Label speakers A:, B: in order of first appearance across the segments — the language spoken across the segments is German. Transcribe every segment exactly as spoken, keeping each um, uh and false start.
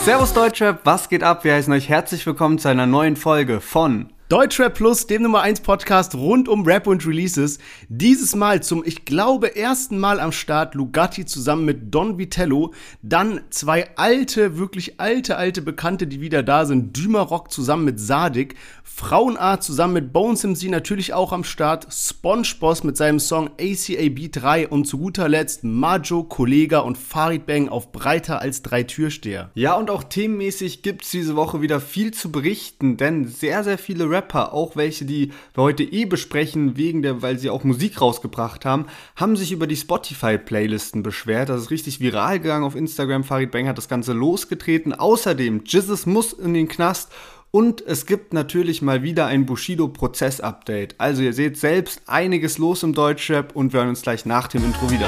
A: Servus Deutschrap, was geht ab? Wir heißen euch herzlich willkommen zu einer neuen Folge von
B: Deutschrap Plus, dem Nummer eins Podcast rund um Rap und Releases. Dieses Mal zum, ich glaube, ersten Mal am Start Lugatti zusammen mit Don Vitello. Dann zwei alte, wirklich alte, alte Bekannte, die wieder da sind. Dümerock zusammen mit Sadik. Frauenart zusammen mit Bones M C natürlich auch am Start. SpongeBoss mit seinem Song A C A B drei. Und zu guter Letzt Majo, Kollega und Farid Bang auf Breiter als drei Türsteher.
A: Ja, und auch themenmäßig gibt's diese Woche wieder viel zu berichten, denn sehr, sehr viele Rapper, auch welche, die wir heute eh besprechen, wegen der, weil sie auch Musik rausgebracht haben, haben sich über die Spotify-Playlisten beschwert. Das ist richtig viral gegangen auf Instagram. Farid Bang hat das Ganze losgetreten. Außerdem, Jizzes muss in den Knast. Und es gibt natürlich mal wieder ein Bushido-Prozess-Update. Also ihr seht selbst einiges los im Deutschrap und wir hören uns gleich nach dem Intro wieder.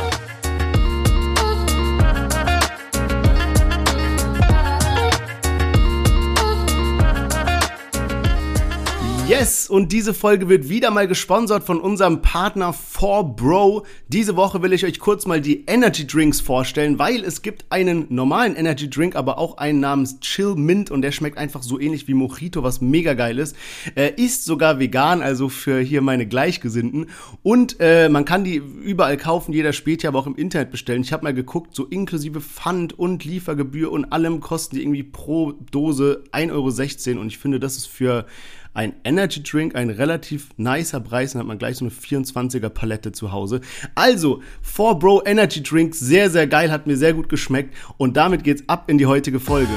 B: Yes, und diese Folge wird wieder mal gesponsert von unserem Partner four bro. Diese Woche will ich euch kurz mal die Energy Drinks vorstellen, weil es gibt einen normalen Energy Drink, aber auch einen namens Chill Mint und der schmeckt einfach so ähnlich wie Mojito, was mega geil ist. Äh, ist sogar vegan, also für hier meine Gleichgesinnten. Und äh, man kann die überall kaufen, jeder Späti, aber auch im Internet bestellen. Ich habe mal geguckt, so inklusive Pfand und Liefergebühr und allem kosten die irgendwie pro Dose ein Euro sechzehn und ich finde, das ist für ein Energy Drink, ein relativ nicer Preis, dann hat man gleich so eine vierundzwanziger Palette zu Hause. Also, four bro Energy Drink, sehr, sehr geil, hat mir sehr gut geschmeckt und damit geht's ab in die heutige Folge.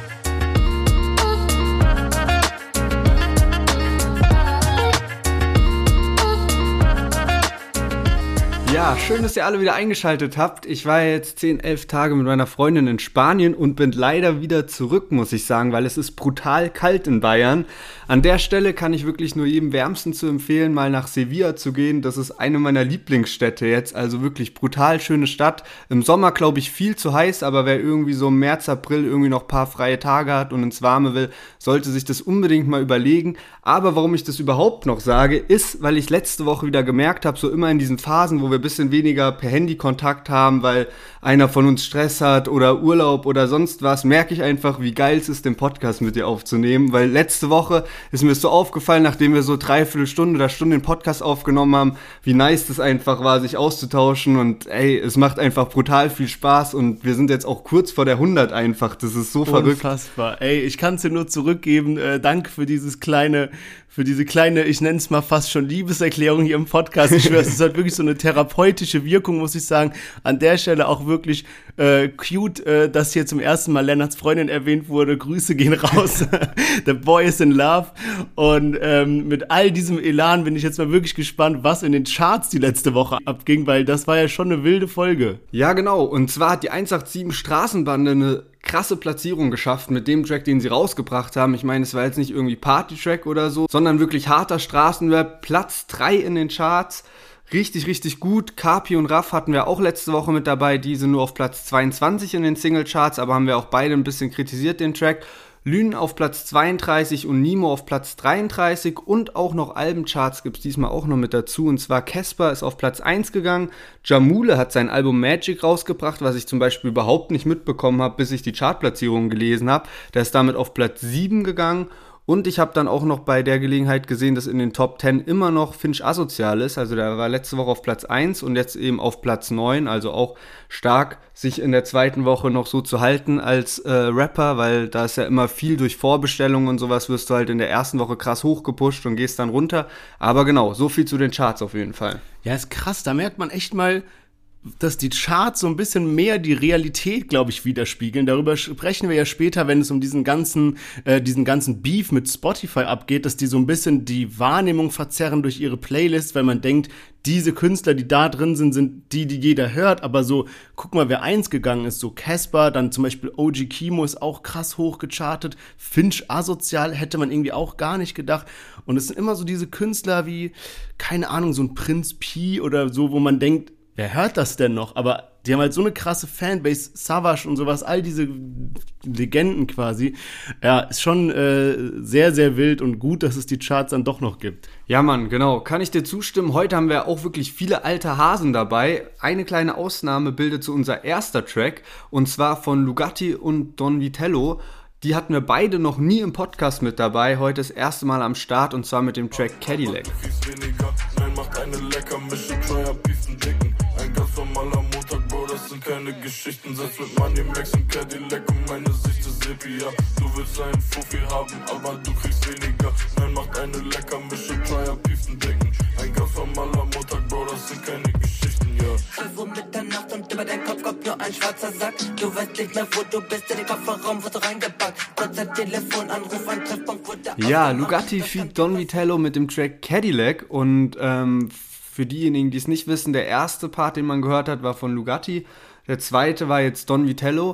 A: Ja, schön, dass ihr alle wieder eingeschaltet habt. Ich war jetzt zehn, elf Tage mit meiner Freundin in Spanien und bin leider wieder zurück, muss ich sagen, weil es ist brutal kalt in Bayern. An der Stelle kann ich wirklich nur jedem wärmsten zu empfehlen, mal nach Sevilla zu gehen. Das ist eine meiner Lieblingsstädte jetzt, also wirklich brutal schöne Stadt. Im Sommer, glaube ich, viel zu heiß, aber wer irgendwie so im März, April irgendwie noch ein paar freie Tage hat und ins Warme will, sollte sich das unbedingt mal überlegen. Aber warum ich das überhaupt noch sage, ist, weil ich letzte Woche wieder gemerkt habe, so immer in diesen Phasen, wo wir ein bisschen weniger per Handy Kontakt haben, weil einer von uns Stress hat oder Urlaub oder sonst was, merke ich einfach, wie geil es ist, den Podcast mit dir aufzunehmen, weil letzte Woche ist mir so aufgefallen, nachdem wir so dreiviertel Stunde oder Stunde den Podcast aufgenommen haben, wie nice das einfach war, sich auszutauschen und ey, es macht einfach brutal viel Spaß und wir sind jetzt auch kurz vor der hundert einfach, das ist so verrückt.
B: Unfassbar, ey, ich kann es dir nur zurückgeben, äh, danke für dieses kleine, für diese kleine, ich nenne es mal fast schon Liebeserklärung hier im Podcast, ich schwöre, es hat wirklich so eine therapeutische Wirkung, muss ich sagen, an der Stelle auch wirklich äh, cute, äh, dass hier zum ersten Mal Lennarts Freundin erwähnt wurde, Grüße gehen raus, the boy is in love und ähm, mit all diesem Elan bin ich jetzt mal wirklich gespannt, was in den Charts die letzte Woche abging, weil das war ja schon eine wilde Folge.
A: Ja genau, und zwar hat die eins acht sieben Straßenbande eine krasse Platzierung geschafft mit dem Track, den sie rausgebracht haben. Ich meine, es war jetzt nicht irgendwie Party-Track oder so, sondern wirklich harter Straßenrap, Platz drei in den Charts. Richtig, richtig gut. Kapi und Raff hatten wir auch letzte Woche mit dabei. Die sind nur auf Platz zweiundzwanzig in den Single-Charts, aber haben wir auch beide ein bisschen kritisiert, den Track. Lün auf Platz zweiunddreißig und Nimo auf Platz dreiunddreißig und auch noch Albencharts gibt's diesmal auch noch mit dazu und zwar Casper ist auf Platz eins gegangen, Jamule hat sein Album Magic rausgebracht, was ich zum Beispiel überhaupt nicht mitbekommen habe, bis ich die Chartplatzierungen gelesen habe, der ist damit auf Platz sieben gegangen. Und ich habe dann auch noch bei der Gelegenheit gesehen, dass in den Top zehn immer noch Finch Asozial ist. Also der war letzte Woche auf Platz eins und jetzt eben auf Platz neun. Also auch stark, sich in der zweiten Woche noch so zu halten als äh, Rapper, weil da ist ja immer viel durch Vorbestellungen und sowas, wirst du halt in der ersten Woche krass hochgepusht und gehst dann runter. Aber genau, so viel zu den Charts auf jeden Fall.
B: Ja, ist krass, da merkt man echt mal, dass die Charts so ein bisschen mehr die Realität, glaube ich, widerspiegeln. Darüber sprechen wir ja später, wenn es um diesen ganzen, äh, diesen ganzen Beef mit Spotify abgeht, dass die so ein bisschen die Wahrnehmung verzerren durch ihre Playlist, weil man denkt, diese Künstler, die da drin sind, sind die, die jeder hört. Aber so, guck mal, wer eins gegangen ist, so Casper, dann zum Beispiel O G Kimo ist auch krass hochgechartet. Finch Asozial hätte man irgendwie auch gar nicht gedacht. Und es sind immer so diese Künstler wie, keine Ahnung, so ein Prinz Pi oder so, wo man denkt, wer hört das denn noch? Aber Die haben halt so eine krasse Fanbase, Savage und sowas, all diese Legenden quasi. Ja, ist schon äh, sehr, sehr wild und gut, dass es die Charts dann doch noch gibt.
A: Ja, Mann, genau. Kann ich dir zustimmen. Heute haben wir auch wirklich viele alte Hasen dabei. Eine kleine Ausnahme bildet so unser erster Track, und zwar von Lugatti und Don Vitello. Die hatten wir beide noch nie im Podcast mit dabei. Heute das erste Mal am Start, und zwar mit dem Track Cadillac.
C: Nein, macht eine lecker Mischung, Treuer, Beef und Dicken. Ein ganz normaler Montag, Bro, das sind keine Geschichten. Setz mit Money, Max und Cadillac und meine Sicht ist Sepia. Du willst einen Fuffi haben, aber du kriegst weniger. Nein, macht eine lecker Mischung, Treuer, Beef und Dicken. Ein ganz normaler Montag, Bro, das sind keine Geschichten, ja.
D: zwölf Uhr Mitternacht und über dein Kopf kommt nur ein schwarzer Sack. Du weißt nicht mehr, wo du bist, in den Kofferraum wurde reingepackt. Kurzer Telefonanruf, ein Treffpunkt wurde
A: Ja, Lugatti feat. Don Vitello mit dem Track Cadillac, und ähm, für diejenigen, die es nicht wissen, der erste Part, den man gehört hat, war von Lugatti, der zweite war jetzt Don Vitello,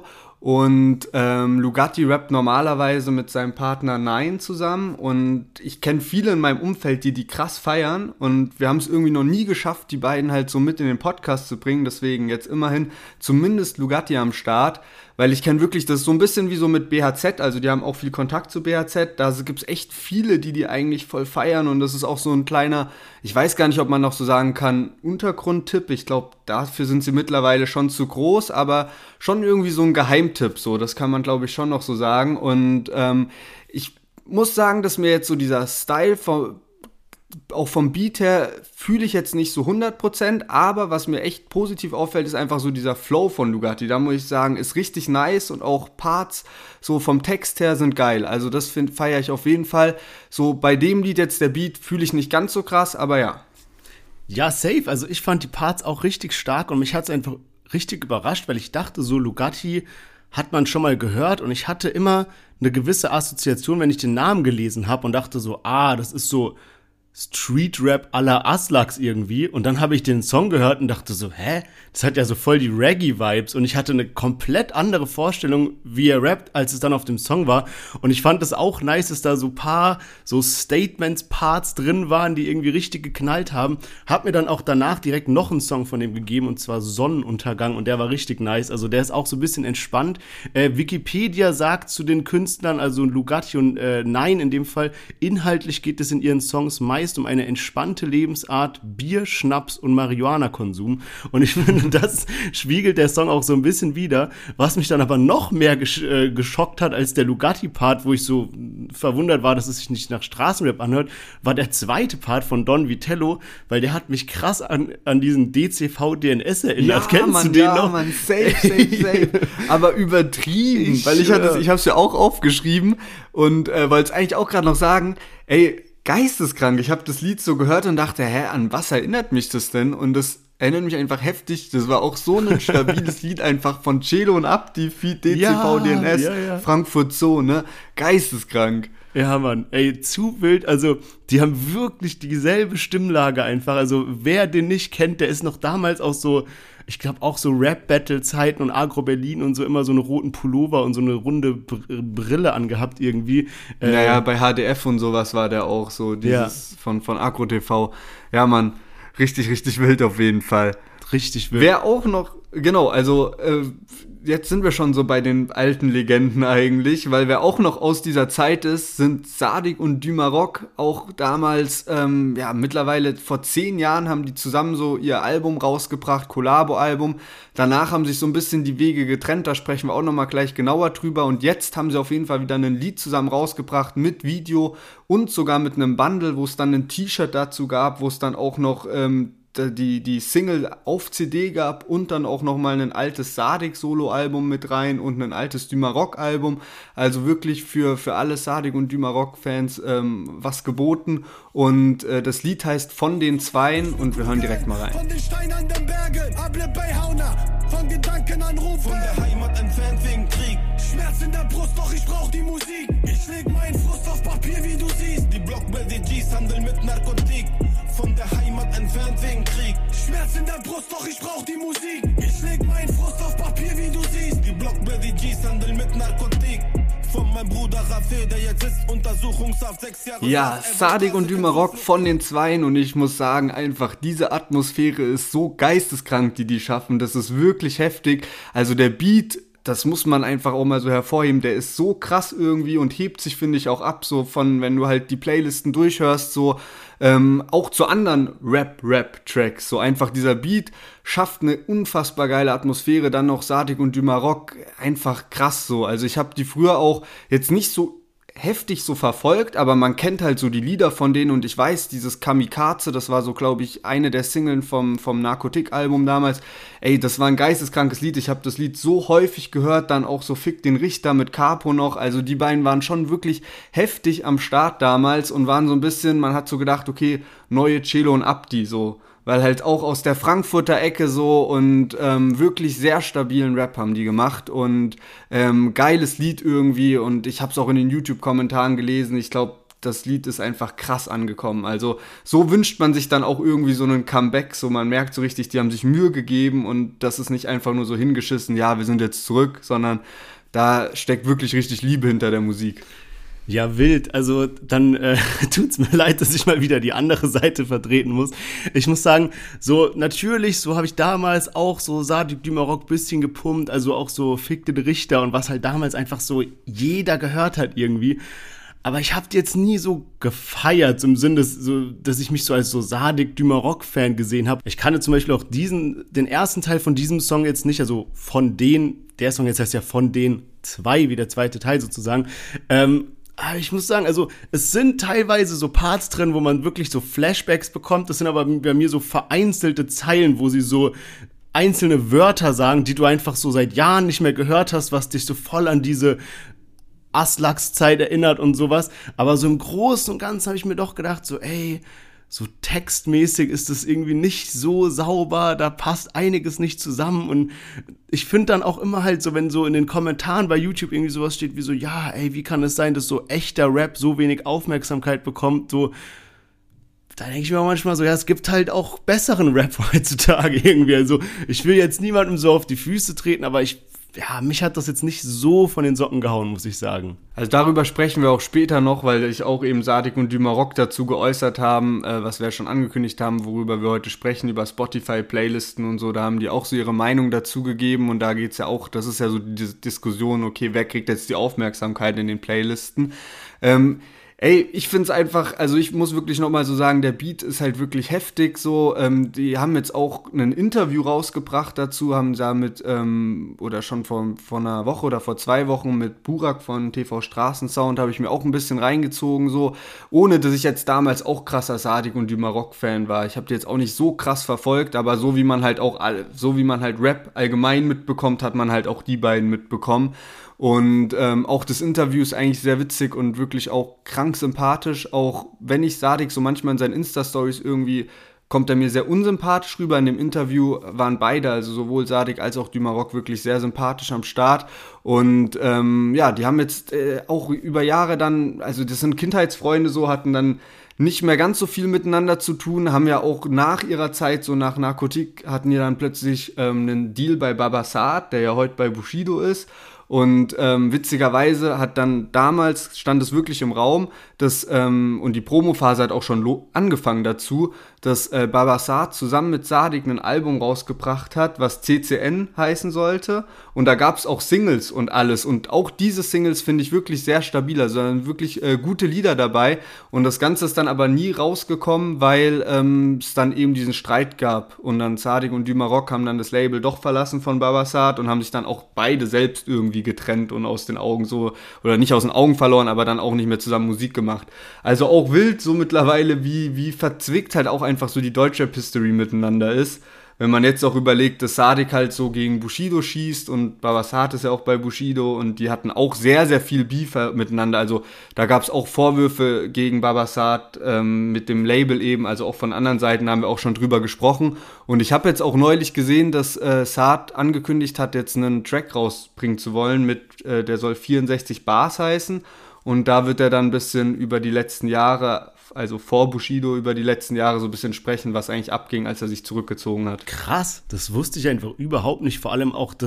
A: und ähm, Lugatti rappt normalerweise mit seinem Partner Nine zusammen, und ich kenne viele in meinem Umfeld, die die krass feiern, und wir haben es irgendwie noch nie geschafft, die beiden halt so mit in den Podcast zu bringen, deswegen jetzt immerhin zumindest Lugatti am Start, weil ich kenne wirklich, das ist so ein bisschen wie so mit B H Z, also die haben auch viel Kontakt zu B H Z, da gibt es echt viele, die die eigentlich voll feiern, und das ist auch so ein kleiner, ich weiß gar nicht, ob man noch so sagen kann, Untergrundtipp, ich glaube, dafür sind sie mittlerweile schon zu groß, aber schon irgendwie so ein Geheimtipp, so, das kann man, glaube ich, schon noch so sagen, und ähm, ich muss sagen, dass mir jetzt so dieser Style von auch vom Beat her fühle ich jetzt nicht so hundert Prozent, aber was mir echt positiv auffällt, ist einfach so dieser Flow von Lugatti. Da muss ich sagen, ist richtig nice, und auch Parts so vom Text her sind geil. Also das feiere ich auf jeden Fall. So bei dem Lied jetzt, der Beat, fühle ich nicht ganz so krass, aber ja.
B: Ja, safe. Also ich fand die Parts auch richtig stark, und mich hat es einfach richtig überrascht, weil ich dachte, so Lugatti hat man schon mal gehört, und ich hatte immer eine gewisse Assoziation, wenn ich den Namen gelesen habe, und dachte so, ah, das ist so Street-Rap à la Aslax irgendwie, und dann habe ich den Song gehört und dachte so, hä, das hat ja so voll die Reggae-Vibes, und ich hatte eine komplett andere Vorstellung, wie er rappt, als es dann auf dem Song war, und ich fand es auch nice, dass da so paar so Statements-Parts drin waren, die irgendwie richtig geknallt haben. Hab mir dann auch danach direkt noch einen Song von dem gegeben, und zwar Sonnenuntergang, und der war richtig nice, also der ist auch so ein bisschen entspannt. Äh, Wikipedia sagt zu den Künstlern, also Lugatti und äh, Nine in dem Fall, inhaltlich geht es in ihren Songs meist um eine entspannte Lebensart, Bier, Schnaps und Marihuana-Konsum. Und ich finde, das spiegelt der Song auch so ein bisschen wider. Was mich dann aber noch mehr gesch- äh, geschockt hat als der Lugatti-Part, wo ich so verwundert war, dass es sich nicht nach Straßenrap anhört, war der zweite Part von Don Vitello, weil der hat mich krass an, an diesen D C V D N S erinnert.
A: Ja,
B: Kennst
A: Mann,
B: du den
A: ja,
B: noch?
A: Mann, safe, safe, safe. Aber übertrieben,
B: Ich
A: weil ich
B: schwör.
A: hatte, ich habe es ja auch aufgeschrieben, und äh, wollte es eigentlich auch gerade noch sagen, ey, geisteskrank. Ich habe das Lied so gehört und dachte, hä, an was erinnert mich das denn? Und das erinnert mich einfach heftig. Das war auch so ein stabiles Lied einfach von Celo und Abdi, feat. D C V D N S,
B: Ja, ja, ja.
A: Frankfurt Zoo, ne? Geisteskrank.
B: Ja, Mann, ey, zu wild, also die haben wirklich dieselbe Stimmlage einfach, also wer den nicht kennt, der ist noch damals auch so, ich glaube auch so Rap-Battle-Zeiten und Agro Berlin und so immer so einen roten Pullover und so eine runde Br- Brille angehabt irgendwie. Äh,
A: Naja, bei H D F und sowas war der auch so, dieses
B: Ja.
A: von, von Agro T V. Ja, Mann, richtig, richtig wild auf jeden Fall.
B: Richtig wild.
A: Wer auch noch, genau, also äh, jetzt sind wir schon so bei den alten Legenden eigentlich, weil wer auch noch aus dieser Zeit ist, sind Sadik und Du Maroc. Auch damals, ähm, ja, mittlerweile vor zehn Jahren haben die zusammen so ihr Album rausgebracht, Collabo-Album. Danach haben sich so ein bisschen die Wege getrennt, da sprechen wir auch nochmal gleich genauer drüber. Und jetzt haben sie auf jeden Fall wieder ein Lied zusammen rausgebracht mit Video und sogar mit einem Bundle, wo es dann ein T-Shirt dazu gab, wo es dann auch noch ähm, die, die Single auf C D gab und dann auch nochmal ein altes Sadik-Solo-Album mit rein und ein altes Du Maroc-Album. Also wirklich für, für alle Sadik- und Du Maroc-Fans ähm, was geboten. Und äh, das Lied heißt Von den Zweien und wir hören direkt mal rein.
E: Von den Steinen an den Bergen, Able bei Hauna, von Gedanken anrufen, von der Heimat entfernt wegen Krieg. Schmerz in der Brust, doch ich brauch die Musik. Ich leg meinen Frust auf Papier, wie du siehst. Die Block-B D Gs handeln mit Narkotik. Von der Heimat entfernt wegen Krieg. Schmerz in der Brust, doch ich brauch die Musik. Ich leg meinen Frust auf Papier, wie du siehst. Die Block-B D Gs handeln mit Narkotik. Vom mein Bruder Rafé, der jetzt ist Untersuchungshaft sechs Jahre.
A: Ja, Sadik und Dümarock von den Zweien und ich muss sagen, einfach diese Atmosphäre ist so geisteskrank, die die schaffen, das ist wirklich heftig. Also der Beat, das muss man einfach auch mal so hervorheben, der ist so krass irgendwie und hebt sich, finde ich, auch ab, so von, wenn du halt die Playlisten durchhörst, so ähm, auch zu anderen Rap-Rap-Tracks, so einfach dieser Beat schafft eine unfassbar geile Atmosphäre, dann noch Sadik und Dümarock, einfach krass so, also ich habe die früher auch jetzt nicht so heftig so verfolgt, aber man kennt halt so die Lieder von denen und ich weiß, dieses Kamikaze, das war so, glaube ich, eine der Singles vom, vom Narkotik-Album damals, ey, das war ein geisteskrankes Lied, ich habe das Lied so häufig gehört, dann auch so Fick den Richter mit Capo noch, also die beiden waren schon wirklich heftig am Start damals und waren so ein bisschen, man hat so gedacht, okay, neue Celo und Abdi, so, weil halt auch aus der Frankfurter Ecke so und ähm, wirklich sehr stabilen Rap haben die gemacht und ähm, geiles Lied irgendwie und ich hab's auch in den YouTube-Kommentaren gelesen, ich glaube, das Lied ist einfach krass angekommen, also so wünscht man sich dann auch irgendwie so einen Comeback, so man merkt so richtig, die haben sich Mühe gegeben und das ist nicht einfach nur so hingeschissen, ja, wir sind jetzt zurück, sondern da steckt wirklich richtig Liebe hinter der Musik.
B: Ja, wild. Also dann äh, tut's mir leid, dass ich mal wieder die andere Seite vertreten muss. Ich muss sagen, so natürlich, so habe ich damals auch so Sadik Dümarock bisschen gepumpt, also auch so Fick den Richter und was halt damals einfach so jeder gehört hat irgendwie. Aber ich habe die jetzt nie so gefeiert, im Sinne, dass, so, dass ich mich so als so Sadik Dümarock-Fan gesehen habe. Ich kannte zum Beispiel auch diesen, den ersten Teil von diesem Song jetzt nicht, also von den, der Song jetzt heißt ja von den zwei, wie der zweite Teil sozusagen. Ähm, Aber ich muss sagen, also es sind teilweise so Parts drin, wo man wirklich so Flashbacks bekommt. Das sind aber bei mir so vereinzelte Zeilen, wo sie so einzelne Wörter sagen, die du einfach so seit Jahren nicht mehr gehört hast, was dich so voll an diese Aslaks-Zeit erinnert und sowas. Aber so im Großen und Ganzen habe ich mir doch gedacht, so ey, so textmäßig ist das irgendwie nicht so sauber, da passt einiges nicht zusammen und ich finde dann auch immer halt so, wenn so in den Kommentaren bei YouTube irgendwie sowas steht wie so, ja, ey, wie kann es sein, dass so echter Rap so wenig Aufmerksamkeit bekommt, so, da denke ich mir auch manchmal so, ja, es gibt halt auch besseren Rap heutzutage irgendwie, also ich will jetzt niemandem so auf die Füße treten, aber ich ja, mich hat das jetzt nicht so von den Socken gehauen, muss ich sagen.
A: Also darüber sprechen wir auch später noch, weil ich auch eben Sadik und Dümarock dazu geäußert haben, äh, was wir schon angekündigt haben, worüber wir heute sprechen, über Spotify-Playlisten und so, da haben die auch so ihre Meinung dazu gegeben und da geht's ja auch, das ist ja so die Diskussion, okay, wer kriegt jetzt die Aufmerksamkeit in den Playlisten? Ähm, Ey, ich find's einfach, also ich muss wirklich nochmal so sagen, der Beat ist halt wirklich heftig so, ähm, die haben jetzt auch ein Interview rausgebracht dazu, haben damit, ähm, oder schon vor, vor einer Woche oder vor zwei Wochen mit Burak von T V Straßensound, habe ich mir auch ein bisschen reingezogen so, ohne dass ich jetzt damals auch krasser Sadik und Dümarock-Fan war, ich habe die jetzt auch nicht so krass verfolgt, aber so wie man halt auch, so wie man halt Rap allgemein mitbekommt, hat man halt auch die beiden mitbekommen. Und ähm, auch das Interview ist eigentlich sehr witzig und wirklich auch krank sympathisch, auch wenn ich Sadik so manchmal in seinen Insta-Stories irgendwie, kommt er mir sehr unsympathisch rüber. In dem Interview waren beide, also sowohl Sadik als auch Dümarock, wirklich sehr sympathisch am Start. Und ähm, ja, die haben jetzt äh, auch über Jahre dann, also das sind Kindheitsfreunde so, hatten dann nicht mehr ganz so viel miteinander zu tun, haben ja auch nach ihrer Zeit, so nach Narkotik, hatten die dann plötzlich ähm, einen Deal bei Babasat, der ja heute bei Bushido ist. Und ähm, witzigerweise hat dann damals, stand es wirklich im Raum, dass, ähm, und die Promophase hat auch schon lo- angefangen dazu, dass äh, Babasat zusammen mit Sadik ein Album rausgebracht hat, was C C N heißen sollte. Und da gab es auch Singles und alles. Und auch diese Singles finde ich wirklich sehr stabil, also wirklich äh, gute Lieder dabei. Und das Ganze ist dann aber nie rausgekommen, weil ähm, es dann eben diesen Streit gab. Und dann Sadik und Dümarock haben dann das Label doch verlassen von Babasat und haben sich dann auch beide selbst irgendwie getrennt und aus den Augen so, oder nicht aus den Augen verloren, aber dann auch nicht mehr zusammen Musik gemacht. Also auch wild so mittlerweile, wie, wie verzwickt halt auch einfach so die Deutschrap-History miteinander ist. Wenn man jetzt auch überlegt, dass Sadik halt so gegen Bushido schießt und Babasat ist ja auch bei Bushido und die hatten auch sehr, sehr viel Beef miteinander. Also da gab es auch Vorwürfe gegen Babasat ähm, mit dem Label eben, also auch von anderen Seiten haben wir auch schon drüber gesprochen. Und ich habe jetzt auch neulich gesehen, dass äh, Saad angekündigt hat, jetzt einen Track rausbringen zu wollen, mit äh, der soll vierundsechzig Bars heißen. Und da wird er dann ein bisschen über die letzten Jahre, also vor Bushido, über die letzten Jahre so ein bisschen sprechen, was eigentlich abging, als er sich zurückgezogen hat.
B: Krass, das wusste ich einfach überhaupt nicht. Vor allem auch, dass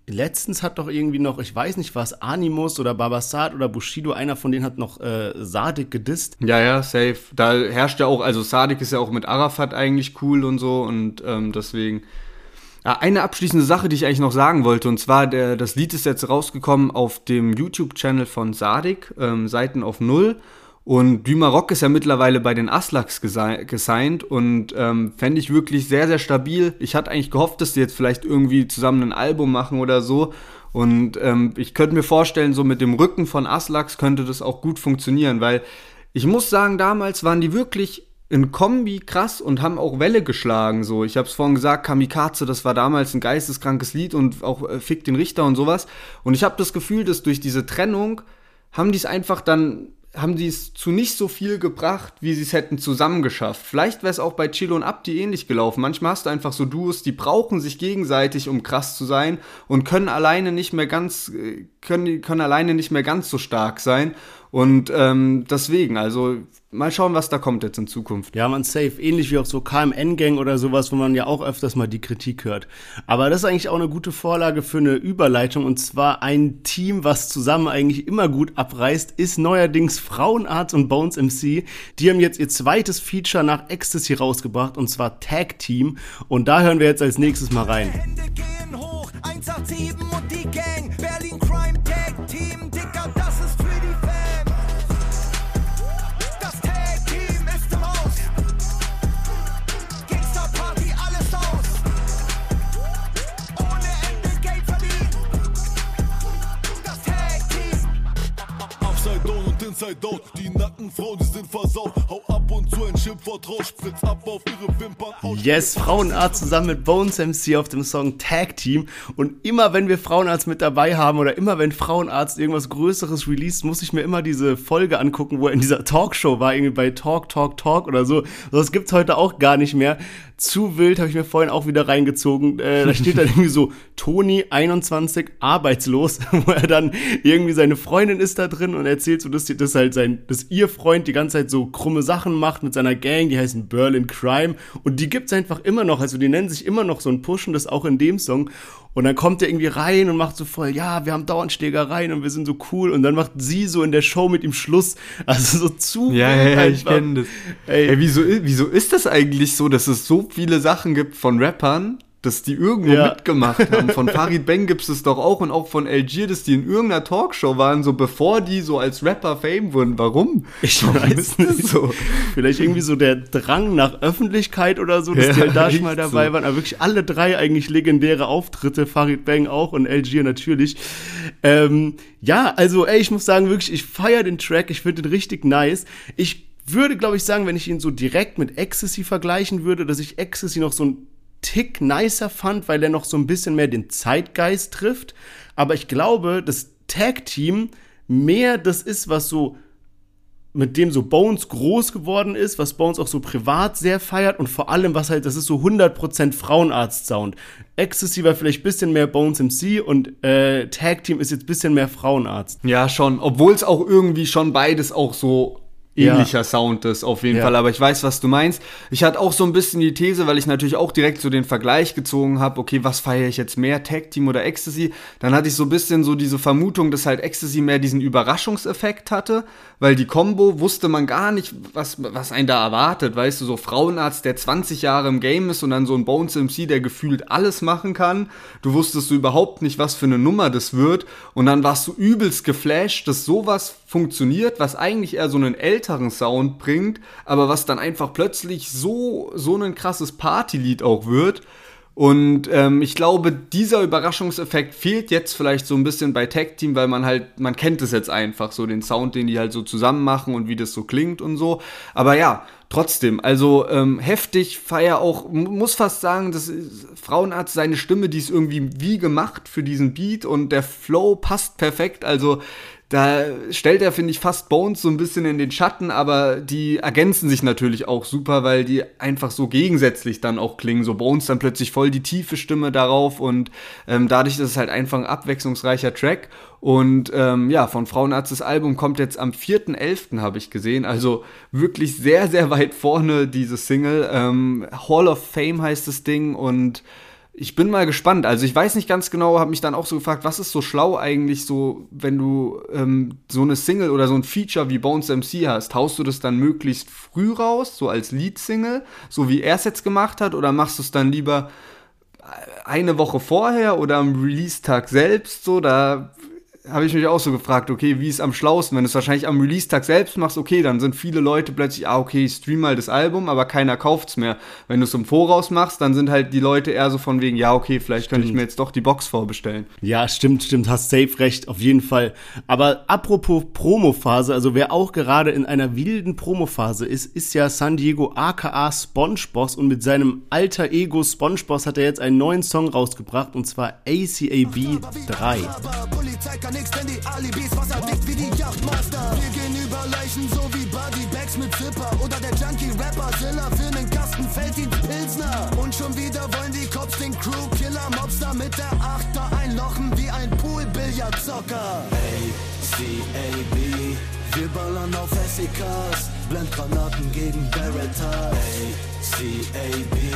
B: letztens hat doch irgendwie noch, ich weiß nicht was, Animus oder Babasat oder Bushido, einer von denen hat noch äh, Sadik gedisst.
A: Ja, ja, safe. Da herrscht ja auch, also Sadik ist ja auch mit Arafat eigentlich cool und so und ähm, deswegen. Ja, eine abschließende Sache, die ich eigentlich noch sagen wollte, und zwar, der, das Lied ist jetzt rausgekommen auf dem YouTube-Channel von Sadik, ähm, Seiten auf Null. Und Dümarock ist ja mittlerweile bei den Aslaks gesi- gesigned und ähm, fände ich wirklich sehr, sehr stabil. Ich hatte eigentlich gehofft, dass die jetzt vielleicht irgendwie zusammen ein Album machen oder so. Und ähm, ich könnte mir vorstellen, so mit dem Rücken von Aslaks könnte das auch gut funktionieren, weil ich muss sagen, damals waren die wirklich in Kombi krass und haben auch Welle geschlagen. So, ich habe es vorhin gesagt, Kamikaze, das war damals ein geisteskrankes Lied und auch äh, Fick den Richter und sowas. Und ich habe das Gefühl, dass durch diese Trennung haben die es einfach dann haben die es zu nicht so viel gebracht, wie sie es hätten zusammengeschafft. Vielleicht wäre es auch bei Chilo und Abdi ähnlich gelaufen. Manchmal hast du einfach so Duos, die brauchen sich gegenseitig, um krass zu sein und können alleine nicht mehr ganz, können, können alleine nicht mehr ganz so stark sein. Und ähm, deswegen, also mal schauen, was da kommt jetzt in Zukunft.
B: Ja, man, safe. Ähnlich wie auch so K M N-Gang oder sowas, wo man ja auch öfters mal die Kritik hört. Aber das ist eigentlich auch eine gute Vorlage für eine Überleitung. Und zwar ein Team, was zusammen eigentlich immer gut abreißt, ist neuerdings Frauenarzt und Bones M C. Die haben jetzt ihr zweites Feature nach Ecstasy rausgebracht, und zwar Tag Team. Und da hören wir jetzt als nächstes mal rein.
E: Hände gehen hoch, eins acht sieben und die Gang. Berlin Crime Tag Team, Dicker, das ist für die Fans. Das Tag Team ist im Haus. Gangster Party, alles aus. Ohne Ende Geld verdienen. Das Tag Team.
C: Upside down und inside out, die Nackenfrauen, die sind versaut. Hau ab und zu ein Schimpfwort raus, spritz ab auf ihre Wimpern.
B: Yes, Frauenarzt zusammen mit Bones M C auf dem Song Tag Team. Und immer wenn wir Frauenarzt mit dabei haben oder immer wenn Frauenarzt irgendwas Größeres released, muss ich mir immer diese Folge angucken, wo er in dieser Talkshow war, irgendwie bei Talk, Talk, Talk oder so. Das gibt's heute auch gar nicht mehr. Zu wild, habe ich mir vorhin auch wieder reingezogen. Äh, da steht dann irgendwie so, Toni, einundzwanzig, arbeitslos, wo er dann irgendwie, seine Freundin ist da drin und erzählt so, dass, die, dass halt sein, dass ihr Freund die ganze Zeit so krumme Sachen macht mit seiner Gang, die heißen Berlin Crime, und die gibt's einfach immer noch, also die nennen sich immer noch so und pushen das auch in dem Song. Und dann kommt er irgendwie rein und macht so voll, ja, wir haben dauernd Schlägereien und wir sind so cool. Und dann macht sie so in der Show mit ihm Schluss. Also so zu
A: Ja,
B: wild
A: ja, ich
B: einfach.
A: kenne das. Ey, Ey wieso, wieso ist das eigentlich so, dass es so viele Sachen gibt von Rappern, dass die irgendwo
B: Ja.
A: mitgemacht haben? Von Farid Bang gibt es doch auch und auch von L G, dass die in irgendeiner Talkshow waren, so bevor die so als Rapper Fame wurden. Warum?
B: Ich
A: Warum
B: weiß
A: ist das
B: nicht.
A: so?
B: Vielleicht irgendwie so der Drang nach Öffentlichkeit oder so, dass
A: Ja,
B: die halt da schon
A: echt
B: mal dabei
A: so.
B: waren. Aber wirklich alle drei eigentlich legendäre Auftritte, Farid Bang auch und L G natürlich. Ähm, ja, also ey, ich muss sagen, wirklich, ich feiere den Track, ich finde den richtig nice. Ich würde, glaube ich, sagen, wenn ich ihn so direkt mit Ecstasy vergleichen würde, dass ich Ecstasy noch so ein Tick nicer fand, weil er noch so ein bisschen mehr den Zeitgeist trifft. Aber ich glaube, das Tag-Team mehr das ist, was so mit dem so Bones groß geworden ist, was Bones auch so privat sehr feiert und vor allem, was halt, das ist so hundert Prozent Frauenarzt-Sound. Ecstasy war vielleicht ein bisschen mehr Bones M C und äh, Tag Team ist jetzt ein bisschen mehr Frauenarzt.
A: Ja, schon. Obwohl es auch irgendwie schon beides auch so ähnlicher
B: Ja.
A: Sound ist, auf jeden
B: Ja.
A: Fall. Aber ich weiß, was du meinst. Ich hatte auch so ein bisschen die These, weil ich natürlich auch direkt so den Vergleich gezogen habe, okay, was feiere ich jetzt mehr, Tag Team oder Ecstasy? Dann hatte ich so ein bisschen so diese Vermutung, dass halt Ecstasy mehr diesen Überraschungseffekt hatte, weil die Combo wusste man gar nicht, was, was einen da erwartet. Weißt du, so Frauenarzt, der zwanzig Jahre im Game ist und dann so ein Bones M C, der gefühlt alles machen kann. Du wusstest so überhaupt nicht, was für eine Nummer das wird. Und dann warst du übelst geflasht, dass sowas funktioniert, was eigentlich eher so einen älteren Sound bringt, aber was dann einfach plötzlich so, so ein krasses Partylied auch wird. Und ähm, ich glaube, dieser Überraschungseffekt fehlt jetzt vielleicht so ein bisschen bei Tag Team, weil man halt, man kennt es jetzt einfach, so den Sound, den die halt so zusammen machen und wie das so klingt und so. Aber ja, trotzdem, also ähm, heftig, feier auch, muss fast sagen, das ist, Frauenarzt, seine Stimme, die ist irgendwie wie gemacht für diesen Beat und der Flow passt perfekt, also da stellt er, finde ich, fast Bones so ein bisschen in den Schatten, aber die ergänzen sich natürlich auch super, weil die einfach so gegensätzlich dann auch klingen. So Bones dann plötzlich voll die tiefe Stimme darauf und ähm, dadurch ist es halt einfach ein abwechslungsreicher Track. Und ähm, ja, von Frauenarzt das Album kommt jetzt am vierten elften habe ich gesehen, also wirklich sehr, sehr weit vorne diese Single. Ähm, Hall of Fame heißt das Ding und ich bin mal gespannt. Also ich weiß nicht ganz genau, habe mich dann auch so gefragt, was ist so schlau eigentlich so, wenn du ähm, so eine Single oder so ein Feature wie Bones M C hast, haust du das dann möglichst früh raus, so als Lead-Single, so wie er es jetzt gemacht hat, oder machst du es dann lieber eine Woche vorher oder am Release-Tag selbst, so, da habe ich mich auch so gefragt, okay, wie ist am schlausten, wenn du es wahrscheinlich am Release-Tag selbst machst, okay, dann sind viele Leute plötzlich, ah, okay, ich stream mal das Album, aber keiner kauft's mehr. Wenn du es im Voraus machst, dann sind halt die Leute eher so von wegen, ja, okay, vielleicht könnte ich mir jetzt doch die Box vorbestellen.
B: Ja, stimmt, stimmt, hast safe recht, auf jeden Fall. Aber apropos Promophase, also wer auch gerade in einer wilden Promophase ist, ist ja San Diego aka SpongeBoss, und mit seinem alter Ego SpongeBoss hat er jetzt einen neuen Song rausgebracht, und zwar A C A B drei.
E: Nix, denn die Alibis, Wasser dicht wie die Yachtmaster. Wir gehen über Leichen, so wie Bodybags mit Zipper. Oder der Junkie-Rapper Zilla für nen Kasten Felddienst Pilsner. Und schon wieder wollen die Cops den Crew-Killer-Mobster mit der Achter einlochen wie ein Pool-Billardzocker. A C A B, wir ballern auf S E Ks, Blendgranaten gegen Beretta. A C A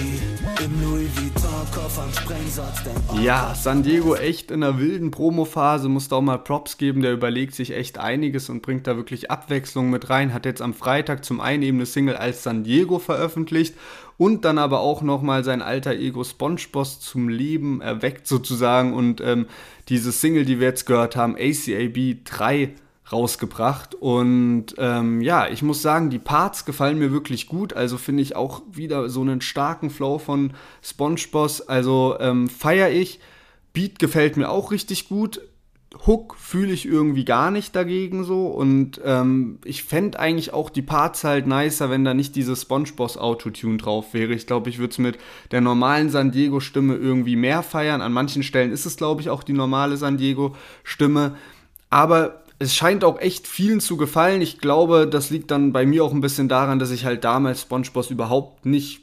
E: B, im Louis Vuitton-Koffer ein Sprengsatz, denn
A: Ja, San Diego echt in einer wilden Promophase, musste auch mal Props geben, der überlegt sich echt einiges und bringt da wirklich Abwechslung mit rein, hat jetzt am Freitag zum einen eben eine Single als San Diego veröffentlicht und dann aber auch nochmal sein alter Ego SpongeBoss zum Leben erweckt sozusagen und ähm, diese Single, die wir jetzt gehört haben, A C A B drei, rausgebracht und ähm, ja, ich muss sagen, die Parts gefallen mir wirklich gut, also finde ich auch wieder so einen starken Flow von SpongeBoss, also ähm, feiere ich, Beat gefällt mir auch richtig gut, Hook fühle ich irgendwie gar nicht dagegen so und ähm, ich fände eigentlich auch die Parts halt nicer, wenn da nicht diese SpongeBoss Autotune drauf wäre. Ich glaube, ich würde es mit der normalen San Diego Stimme irgendwie mehr feiern, an manchen Stellen ist es glaube ich auch die normale San Diego Stimme, aber es scheint auch echt vielen zu gefallen. Ich glaube, das liegt dann bei mir auch ein bisschen daran, dass ich halt damals SpongeBoss überhaupt nicht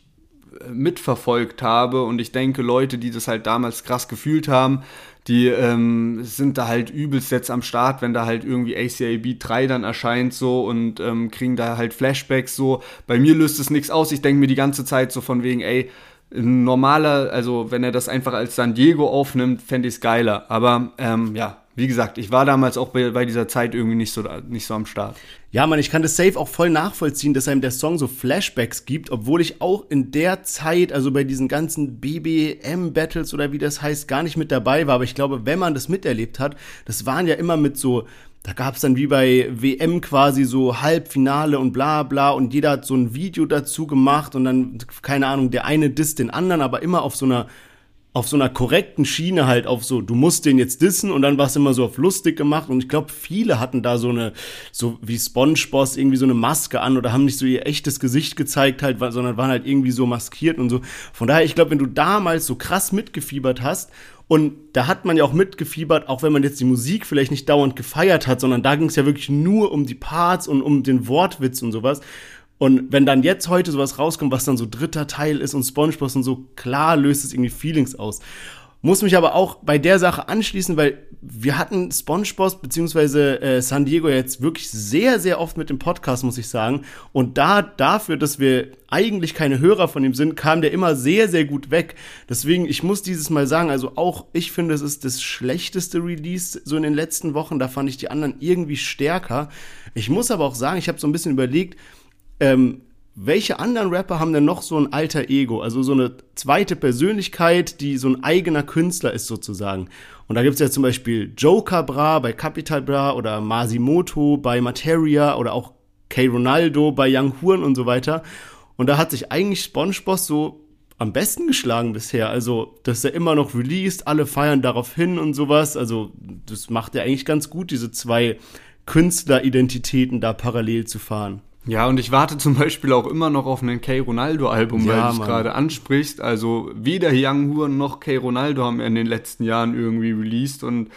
A: mitverfolgt habe. Und ich denke, Leute, die das halt damals krass gefühlt haben, die ähm, sind da halt übelst jetzt am Start, wenn da halt irgendwie A C A B drei dann erscheint so und ähm, kriegen da halt Flashbacks so. Bei mir löst es nichts aus. Ich denke mir die ganze Zeit so von wegen, ey, ein normaler, also wenn er das einfach als San Diego aufnimmt, fände ich es geiler. Aber ähm, ja, wie gesagt, ich war damals auch bei, bei dieser Zeit irgendwie nicht so, nicht so am Start.
B: Ja, Mann, ich kann das safe auch voll nachvollziehen, dass einem der Song so Flashbacks gibt, obwohl ich auch in der Zeit, also bei diesen ganzen B B M-Battles oder wie das heißt, gar nicht mit dabei war. Aber ich glaube, wenn man das miterlebt hat, das waren ja immer mit so, da gab es dann wie bei W M quasi so Halbfinale und bla bla und jeder hat so ein Video dazu gemacht und dann, keine Ahnung, der eine disst den anderen, aber immer auf so einer auf so einer korrekten Schiene halt auf so, du musst den jetzt dissen und dann war es immer so auf lustig gemacht und ich glaube, viele hatten da so eine, so wie SpongeBoss irgendwie so eine Maske an oder haben nicht so ihr echtes Gesicht gezeigt halt, sondern waren halt irgendwie so maskiert und so. Von daher, ich glaube, wenn du damals so krass mitgefiebert hast und da hat man ja auch mitgefiebert, auch wenn man jetzt die Musik vielleicht nicht dauernd gefeiert hat, sondern da ging es ja wirklich nur um die Parts und um den Wortwitz und sowas. Und wenn dann jetzt heute sowas rauskommt, was dann so dritter Teil ist und SpongeBoss und so, klar löst es irgendwie Feelings aus. Muss mich aber auch bei der Sache anschließen, weil wir hatten SpongeBoss beziehungsweise äh, San Diego jetzt wirklich sehr, sehr oft mit dem Podcast, muss ich sagen. Und da dafür, dass wir eigentlich keine Hörer von ihm sind, kam der immer sehr, sehr gut weg. Deswegen, ich muss dieses Mal sagen, also auch ich finde, es ist das schlechteste Release so in den letzten Wochen. Da fand ich die anderen irgendwie stärker. Ich muss aber auch sagen, ich habe so ein bisschen überlegt, Ähm, welche anderen Rapper haben denn noch so ein alter Ego, also so eine zweite Persönlichkeit, die so ein eigener Künstler ist sozusagen. Und da gibt es ja zum Beispiel Joker Bra bei Capital Bra oder Masimoto bei Materia oder auch K. Ronaldo bei Young Horn und so weiter. Und da hat sich eigentlich SpongeBoss so am besten geschlagen bisher. Also, dass er immer noch released, alle feiern darauf hin und sowas. Also, das macht er eigentlich ganz gut, diese zwei Künstleridentitäten da parallel zu fahren.
A: Ja, und ich warte zum Beispiel auch immer noch auf ein K. Ronaldo-Album,
B: Ja,
A: weil du es
B: Mann.
A: gerade ansprichst. Also weder Young Horn noch K. Ronaldo haben in den letzten Jahren irgendwie released. Und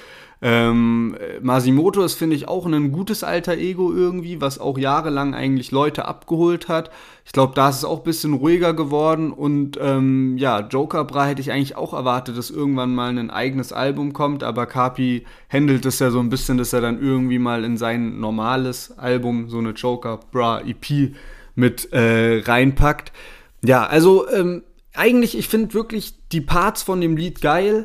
A: ähm, Masimoto ist, finde ich, auch ein gutes alter Ego irgendwie, was auch jahrelang eigentlich Leute abgeholt hat. Ich glaube, da ist es auch ein bisschen ruhiger geworden. Und ähm, ja, Joker Bra hätte ich eigentlich auch erwartet, dass irgendwann mal ein eigenes Album kommt. Aber Kapi handelt es ja so ein bisschen, dass er dann irgendwie mal in sein normales Album so eine Joker Bra E P mit äh, reinpackt. Ja, also ähm, eigentlich, ich finde wirklich die Parts von dem Lied geil.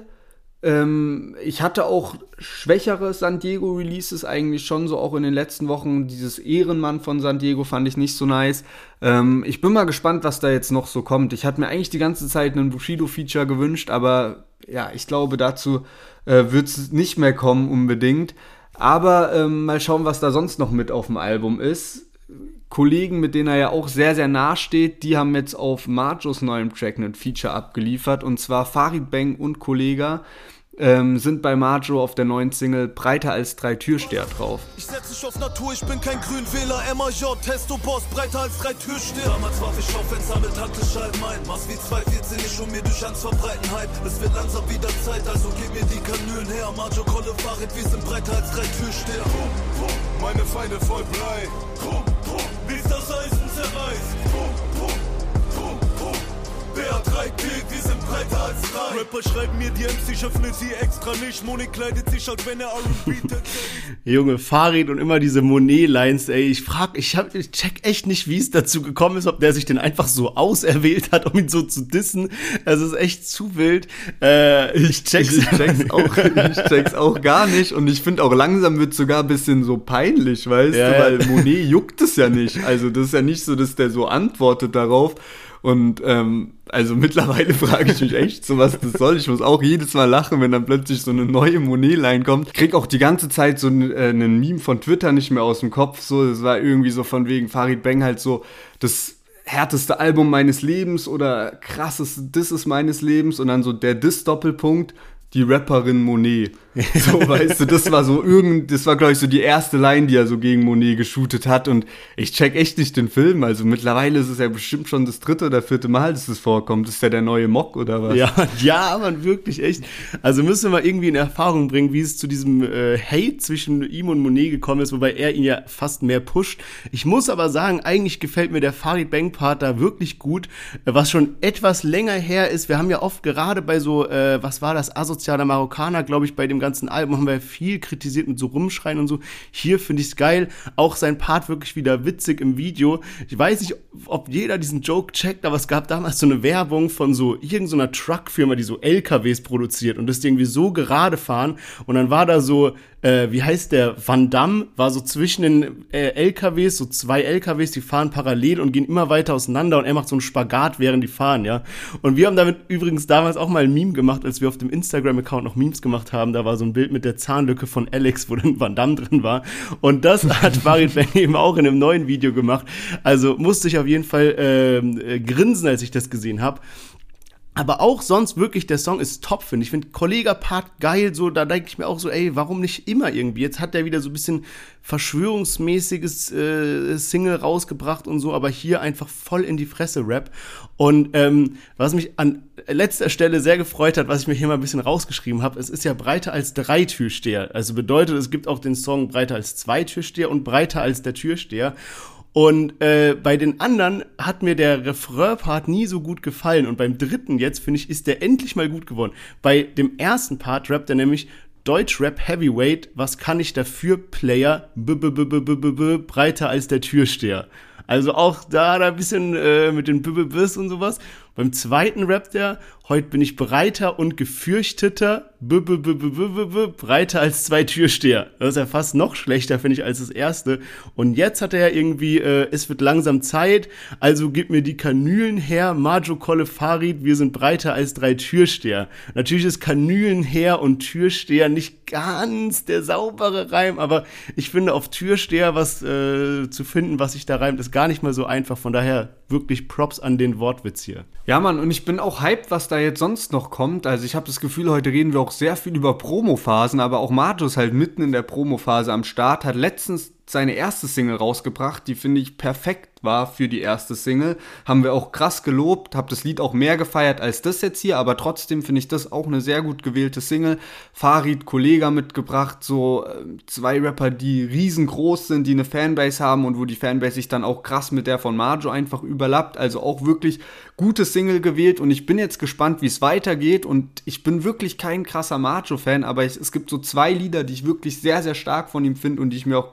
A: Ähm, ich hatte auch schwächere San Diego-Releases eigentlich schon so auch in den letzten Wochen. Dieses Ehrenmann von San Diego fand ich nicht so nice. Ähm, ich bin mal gespannt, was da jetzt noch so kommt. Ich hatte mir eigentlich die ganze Zeit einen Bushido-Feature gewünscht, aber ja, ich glaube, dazu äh, wird es nicht mehr kommen unbedingt. Aber ähm, mal schauen, was da sonst noch mit auf dem Album ist. Kollegen, mit denen er ja auch sehr, sehr nah steht, die haben jetzt auf Majos neuem Track ein Feature abgeliefert. Und zwar Farid Bang und Kollega ähm, sind bei Majo auf der neuen Single Breiter als drei Türsteher drauf.
E: Ich setz dich auf Natur, ich bin kein Grünwähler, M A J, Testo-Boss, breiter als drei Türsteher. Damals warf ich Schaufenster mit Handtischscheiben ein. Mach's wie zwei vierzehn, ich um mir durch Angst verbreiten Hype. Es wird langsam wieder Zeit, also gib mir die Kanülen her. Majo, Kolle, Farid, wir sind breiter als drei Türsteher. Pum, pum, meine Feinde voll Blei. Pum, pum, bis das Eisen zerreißt. Pum, pum, pum, pum. Wer drei Pik, wir sind breiter als drei. Rapper schreiben mir die M C, ich öffne sie extra nicht. Monet kleidet sich, als wenn er R und B
B: Junge, Farid und immer diese Monet-Lines, ey, ich frag, ich, hab, ich check echt nicht, wie es dazu gekommen ist, ob der sich den einfach so auserwählt hat, um ihn so zu dissen. Es ist echt zu wild. Äh, ich check's,
A: ich, check's auch, ich check's auch gar nicht und ich finde auch langsam wird sogar ein bisschen so peinlich, weißt ja, du, weil Monet juckt es ja nicht. Also das ist ja nicht so, dass der so antwortet darauf. Und ähm, also mittlerweile frage ich mich echt so, was das soll. Ich muss auch jedes Mal lachen, wenn dann plötzlich so eine neue Monet-Line kommt. Ich krieg auch die ganze Zeit so einen äh, Meme von Twitter nicht mehr aus dem Kopf. So, das war irgendwie so von wegen Farid Bang halt so das härteste Album meines Lebens oder krasseste Disses meines Lebens und dann so der Diss-Doppelpunkt. Die Rapperin Monet. So, weißt du, das war so irgend, das war, glaube ich, so die erste Line, die er so gegen Monet geshootet hat. Und ich check echt nicht den Film. Also mittlerweile ist es ja bestimmt schon das dritte oder vierte Mal, dass das vorkommt. Ist ja der neue Mock oder was?
B: Ja, ja, man, wirklich echt. Also müssen wir mal irgendwie in Erfahrung bringen, wie es zu diesem äh, Hate zwischen ihm und Monet gekommen ist, wobei er ihn ja fast mehr pusht. Ich muss aber sagen, eigentlich gefällt mir der Farid Bang Part da wirklich gut, was schon etwas länger her ist. Wir haben ja oft gerade bei so, äh, was war das, asozialer Marokkaner, glaube ich, bei dem ganzen Album haben wir viel kritisiert mit so Rumschreien und so. Hier finde ich es geil. Auch sein Part wirklich wieder witzig im Video. Ich weiß nicht, ob jeder diesen Joke checkt, aber es gab damals so eine Werbung von so irgendeiner Truckfirma, die so L K Ws produziert und das irgendwie so gerade fahren. Und dann war da so, äh, wie heißt der, Van Damme, war so zwischen den äh, L K Ws, so zwei L K Ws, die fahren parallel und gehen immer weiter auseinander und er macht so einen Spagat, während die fahren, ja. Und wir haben damit übrigens damals auch mal ein Meme gemacht, als wir auf dem Instagram-Account noch Memes gemacht haben. Da war so ein Bild mit der Zahnlücke von Alex, wo dann Van Damme drin war. Und das hat Farid Bang eben auch in einem neuen Video gemacht. Also musste ich auf jeden Fall äh, äh, grinsen, als ich das gesehen habe. Aber auch sonst wirklich, der Song ist top, finde ich. Ich finde Kollega-Part geil, so, da denke ich mir auch so, ey, warum nicht immer irgendwie? Jetzt hat der wieder so ein bisschen verschwörungsmäßiges äh, Single rausgebracht und so, aber hier einfach voll in die Fresse Rap. Und ähm, was mich an letzter Stelle sehr gefreut hat, was ich mir hier mal ein bisschen rausgeschrieben habe, es ist ja breiter als drei Türsteher. Also bedeutet, es gibt auch den Song breiter als zwei Türsteher und breiter als der Türsteher. Und äh, bei den anderen hat mir der Refrain-Part nie so gut gefallen. Und beim dritten jetzt, finde ich, ist der endlich mal gut geworden. Bei dem ersten Part rappt er nämlich Deutschrap Heavyweight, was kann ich dafür, Player, b -b -b -b -b -b -b breiter als der Türsteher. Also auch da, da ein bisschen äh, mit den b -b -bs und sowas. Beim zweiten rappt er, heute bin ich breiter und gefürchteter, b -b -b -b -b -b -b breiter als zwei Türsteher. Das ist ja fast noch schlechter, finde ich, als das erste. Und jetzt hat er ja irgendwie, äh, es wird langsam Zeit, also gib mir die Kanülen her, Majo, Kolle, Farid, wir sind breiter als drei Türsteher. Natürlich ist Kanülen her und Türsteher nicht ganz der saubere Reim, aber ich finde, auf Türsteher was äh, zu finden, was sich da reimt, ist gar nicht mal so einfach. Von daher wirklich Props an den Wortwitz hier.
A: Ja, Mann, und ich bin auch hyped, was da jetzt sonst noch kommt. Also ich habe das Gefühl, heute reden wir auch sehr viel über Promophasen, aber auch Majo ist halt mitten in der Promophase am Start, hat letztens seine erste Single rausgebracht, die finde ich perfekt war für die erste Single. Haben wir auch krass gelobt, habe das Lied auch mehr gefeiert als das jetzt hier, aber trotzdem finde ich das auch eine sehr gut gewählte Single. Farid, Kollega mitgebracht, so äh, zwei Rapper, die riesengroß sind, die eine Fanbase haben und wo die Fanbase sich dann auch krass mit der von Majo einfach überlappt. Also auch wirklich gute Single gewählt und ich bin jetzt gespannt, wie es weitergeht und ich bin wirklich kein krasser Majo-Fan, aber ich, es gibt so zwei Lieder, die ich wirklich sehr, sehr stark von ihm finde und die ich mir auch gerne anhöre.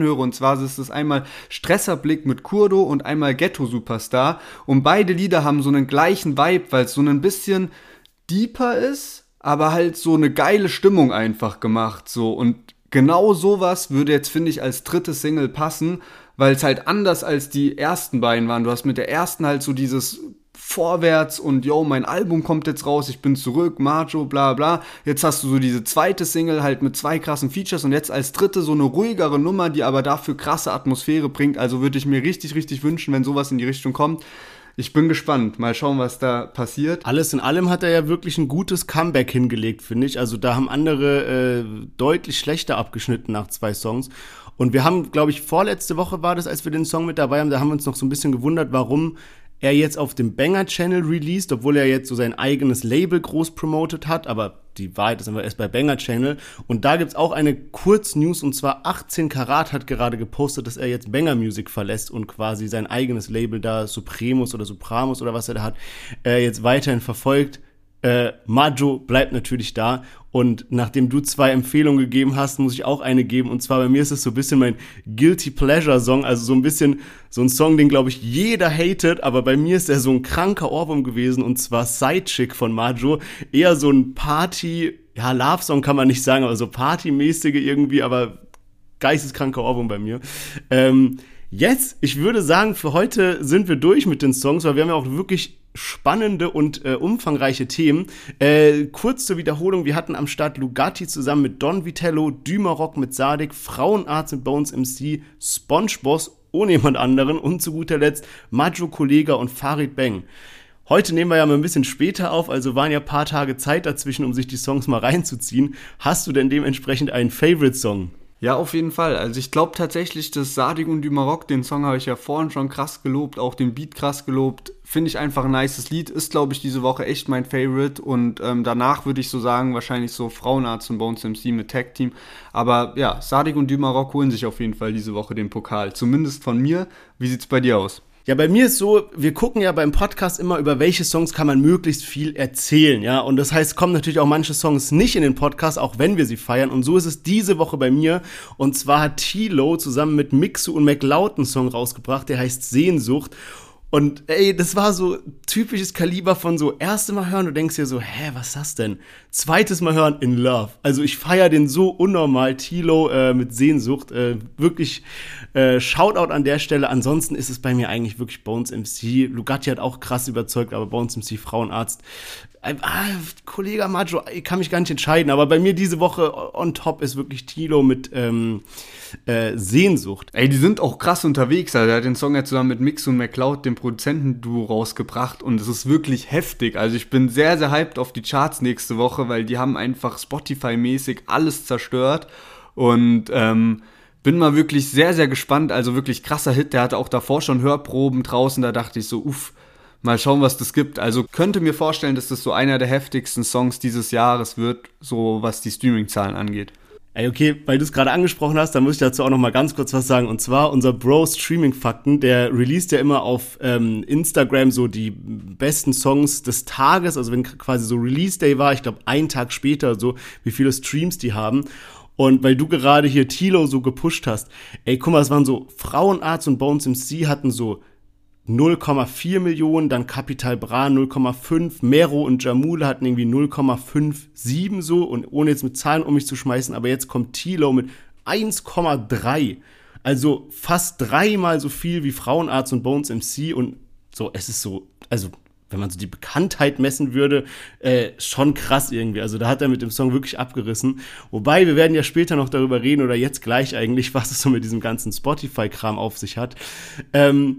A: anhöre. Und zwar ist es einmal Stresserblick mit Kurdo und einmal Ghetto Superstar. Und beide Lieder haben so einen gleichen Vibe, weil es so ein bisschen deeper ist, aber halt so eine geile Stimmung einfach gemacht. So. Und genau sowas würde jetzt, finde ich, als dritte Single passen, weil es halt anders als die ersten beiden waren. Du hast mit der ersten halt so dieses Vorwärts und yo, mein Album kommt jetzt raus, ich bin zurück, Majo, bla bla. Jetzt hast du so diese zweite Single halt mit zwei krassen Features und jetzt als dritte so eine ruhigere Nummer, die aber dafür krasse Atmosphäre bringt. Also würde ich mir richtig, richtig wünschen, wenn sowas in die Richtung kommt. Ich bin gespannt. Mal schauen, was da passiert.
B: Alles in allem hat er ja wirklich ein gutes Comeback hingelegt, finde ich. Also da haben andere äh, deutlich schlechter abgeschnitten nach zwei Songs. Und wir haben, glaube ich, vorletzte Woche war das, als wir den Song mit dabei haben, da haben wir uns noch so ein bisschen gewundert, warum er jetzt auf dem Banger-Channel released, obwohl er jetzt so sein eigenes Label groß promotet hat, aber die Wahrheit ist einfach erst bei Banger-Channel. Und da gibt's auch eine Kurznews, und zwar achtzehn Karat hat gerade gepostet, dass er jetzt Banger Music verlässt und quasi sein eigenes Label da, Supremus oder Supramus oder was er da hat, äh, jetzt weiterhin verfolgt. Äh, Majo bleibt natürlich da, und nachdem du zwei Empfehlungen gegeben hast, muss ich auch eine geben, und zwar bei mir ist es so ein bisschen mein Guilty Pleasure Song, also so ein bisschen so ein Song, den glaube ich jeder hatet, aber bei mir ist er so ein kranker Ohrwurm gewesen, und zwar Sidechick von Majo, eher so ein Party, ja Love Song kann man nicht sagen, aber so Partymäßige irgendwie, aber geisteskranker Ohrwurm bei mir. Ähm, Jetzt, ich würde sagen, für heute sind wir durch mit den Songs, weil wir haben ja auch wirklich spannende und äh, umfangreiche Themen. Äh, kurz zur Wiederholung, wir hatten am Start Lugatti zusammen mit Don Vitello, Dümerock mit Sadik, Frauenarzt mit Bones M C, Spongeboss ohne jemand anderen und zu guter Letzt Majo Kollega und Farid Bang. Heute nehmen wir ja mal ein bisschen später auf, also waren ja ein paar Tage Zeit dazwischen, um sich die Songs mal reinzuziehen. Hast du denn dementsprechend einen Favorite-Song?
A: Ja, auf jeden Fall. Also ich glaube tatsächlich, dass Sadik und Dümerock, den Song habe ich ja vorhin schon krass gelobt, auch den Beat krass gelobt. Finde ich einfach ein nices Lied, ist glaube ich diese Woche echt mein Favorite, und ähm, danach würde ich so sagen, wahrscheinlich so Frauenarzt und Bones M C mit Tag Team. Aber ja, Sadik und Dümerock holen sich auf jeden Fall diese Woche den Pokal, zumindest von mir. Wie sieht's bei dir aus?
B: Ja, bei mir ist so, wir gucken ja beim Podcast immer, über welche Songs kann man möglichst viel erzählen, ja, und das heißt, kommen natürlich auch manche Songs nicht in den Podcast, auch wenn wir sie feiern, und so ist es diese Woche bei mir, und zwar hat T-Lo zusammen mit Mixu und McLeod einen Song rausgebracht, der heißt Sehnsucht. Und ey, das war so typisches Kaliber von so, erste Mal hören, du denkst dir so, hä, was ist das denn? Zweites Mal hören, in love. Also ich feiere den so unnormal, T-Lo äh, mit Sehnsucht. Äh, wirklich äh, Shoutout an der Stelle. Ansonsten ist es bei mir eigentlich wirklich Bones M C. Lugatti hat auch krass überzeugt, aber Bones M C, Frauenarzt. Äh, ah, Kollege Majo, ich kann mich gar nicht entscheiden, aber bei mir diese Woche on top ist wirklich T-Lo mit ähm, äh, Sehnsucht.
A: Ey, die sind auch krass unterwegs. Also er hat den Song ja zusammen mit Mix und McLeod, dem Produzentenduo, rausgebracht, und es ist wirklich heftig. Also ich bin sehr, sehr hyped auf die Charts nächste Woche, weil die haben einfach Spotify-mäßig alles zerstört, und ähm, bin mal wirklich sehr, sehr gespannt. Also wirklich krasser Hit. Der hatte auch davor schon Hörproben draußen, da dachte ich so, uff, mal schauen, was das gibt. Also könnte mir vorstellen, dass das so einer der heftigsten Songs dieses Jahres wird, so was die Streaming-Zahlen angeht.
B: Ey, okay, weil du es gerade angesprochen hast, dann muss ich dazu auch noch mal ganz kurz was sagen. Und zwar unser Bro Streaming-Fakten, der released ja immer auf ähm, Instagram so die besten Songs des Tages, also wenn quasi so Release-Day war, ich glaube einen Tag später so, wie viele Streams die haben. Und weil du gerade hier T-Lo so gepusht hast, ey, guck mal, es waren so Frauenarzt und Bones M C hatten so null Komma vier Millionen, dann Capital Bra null Komma fünf, Mero und Jamule hatten irgendwie null Komma siebenundfünfzig so, und ohne jetzt mit Zahlen um mich zu schmeißen, aber jetzt kommt T-Lo mit eins Komma drei, also fast dreimal so viel wie Frauenarzt und Bones M C, und so, es ist so, also wenn man so die Bekanntheit messen würde, äh, schon krass irgendwie. Also da hat er mit dem Song wirklich abgerissen. Wobei, wir werden ja später noch darüber reden, oder jetzt gleich eigentlich, was es so mit diesem ganzen Spotify-Kram auf sich hat. Ähm,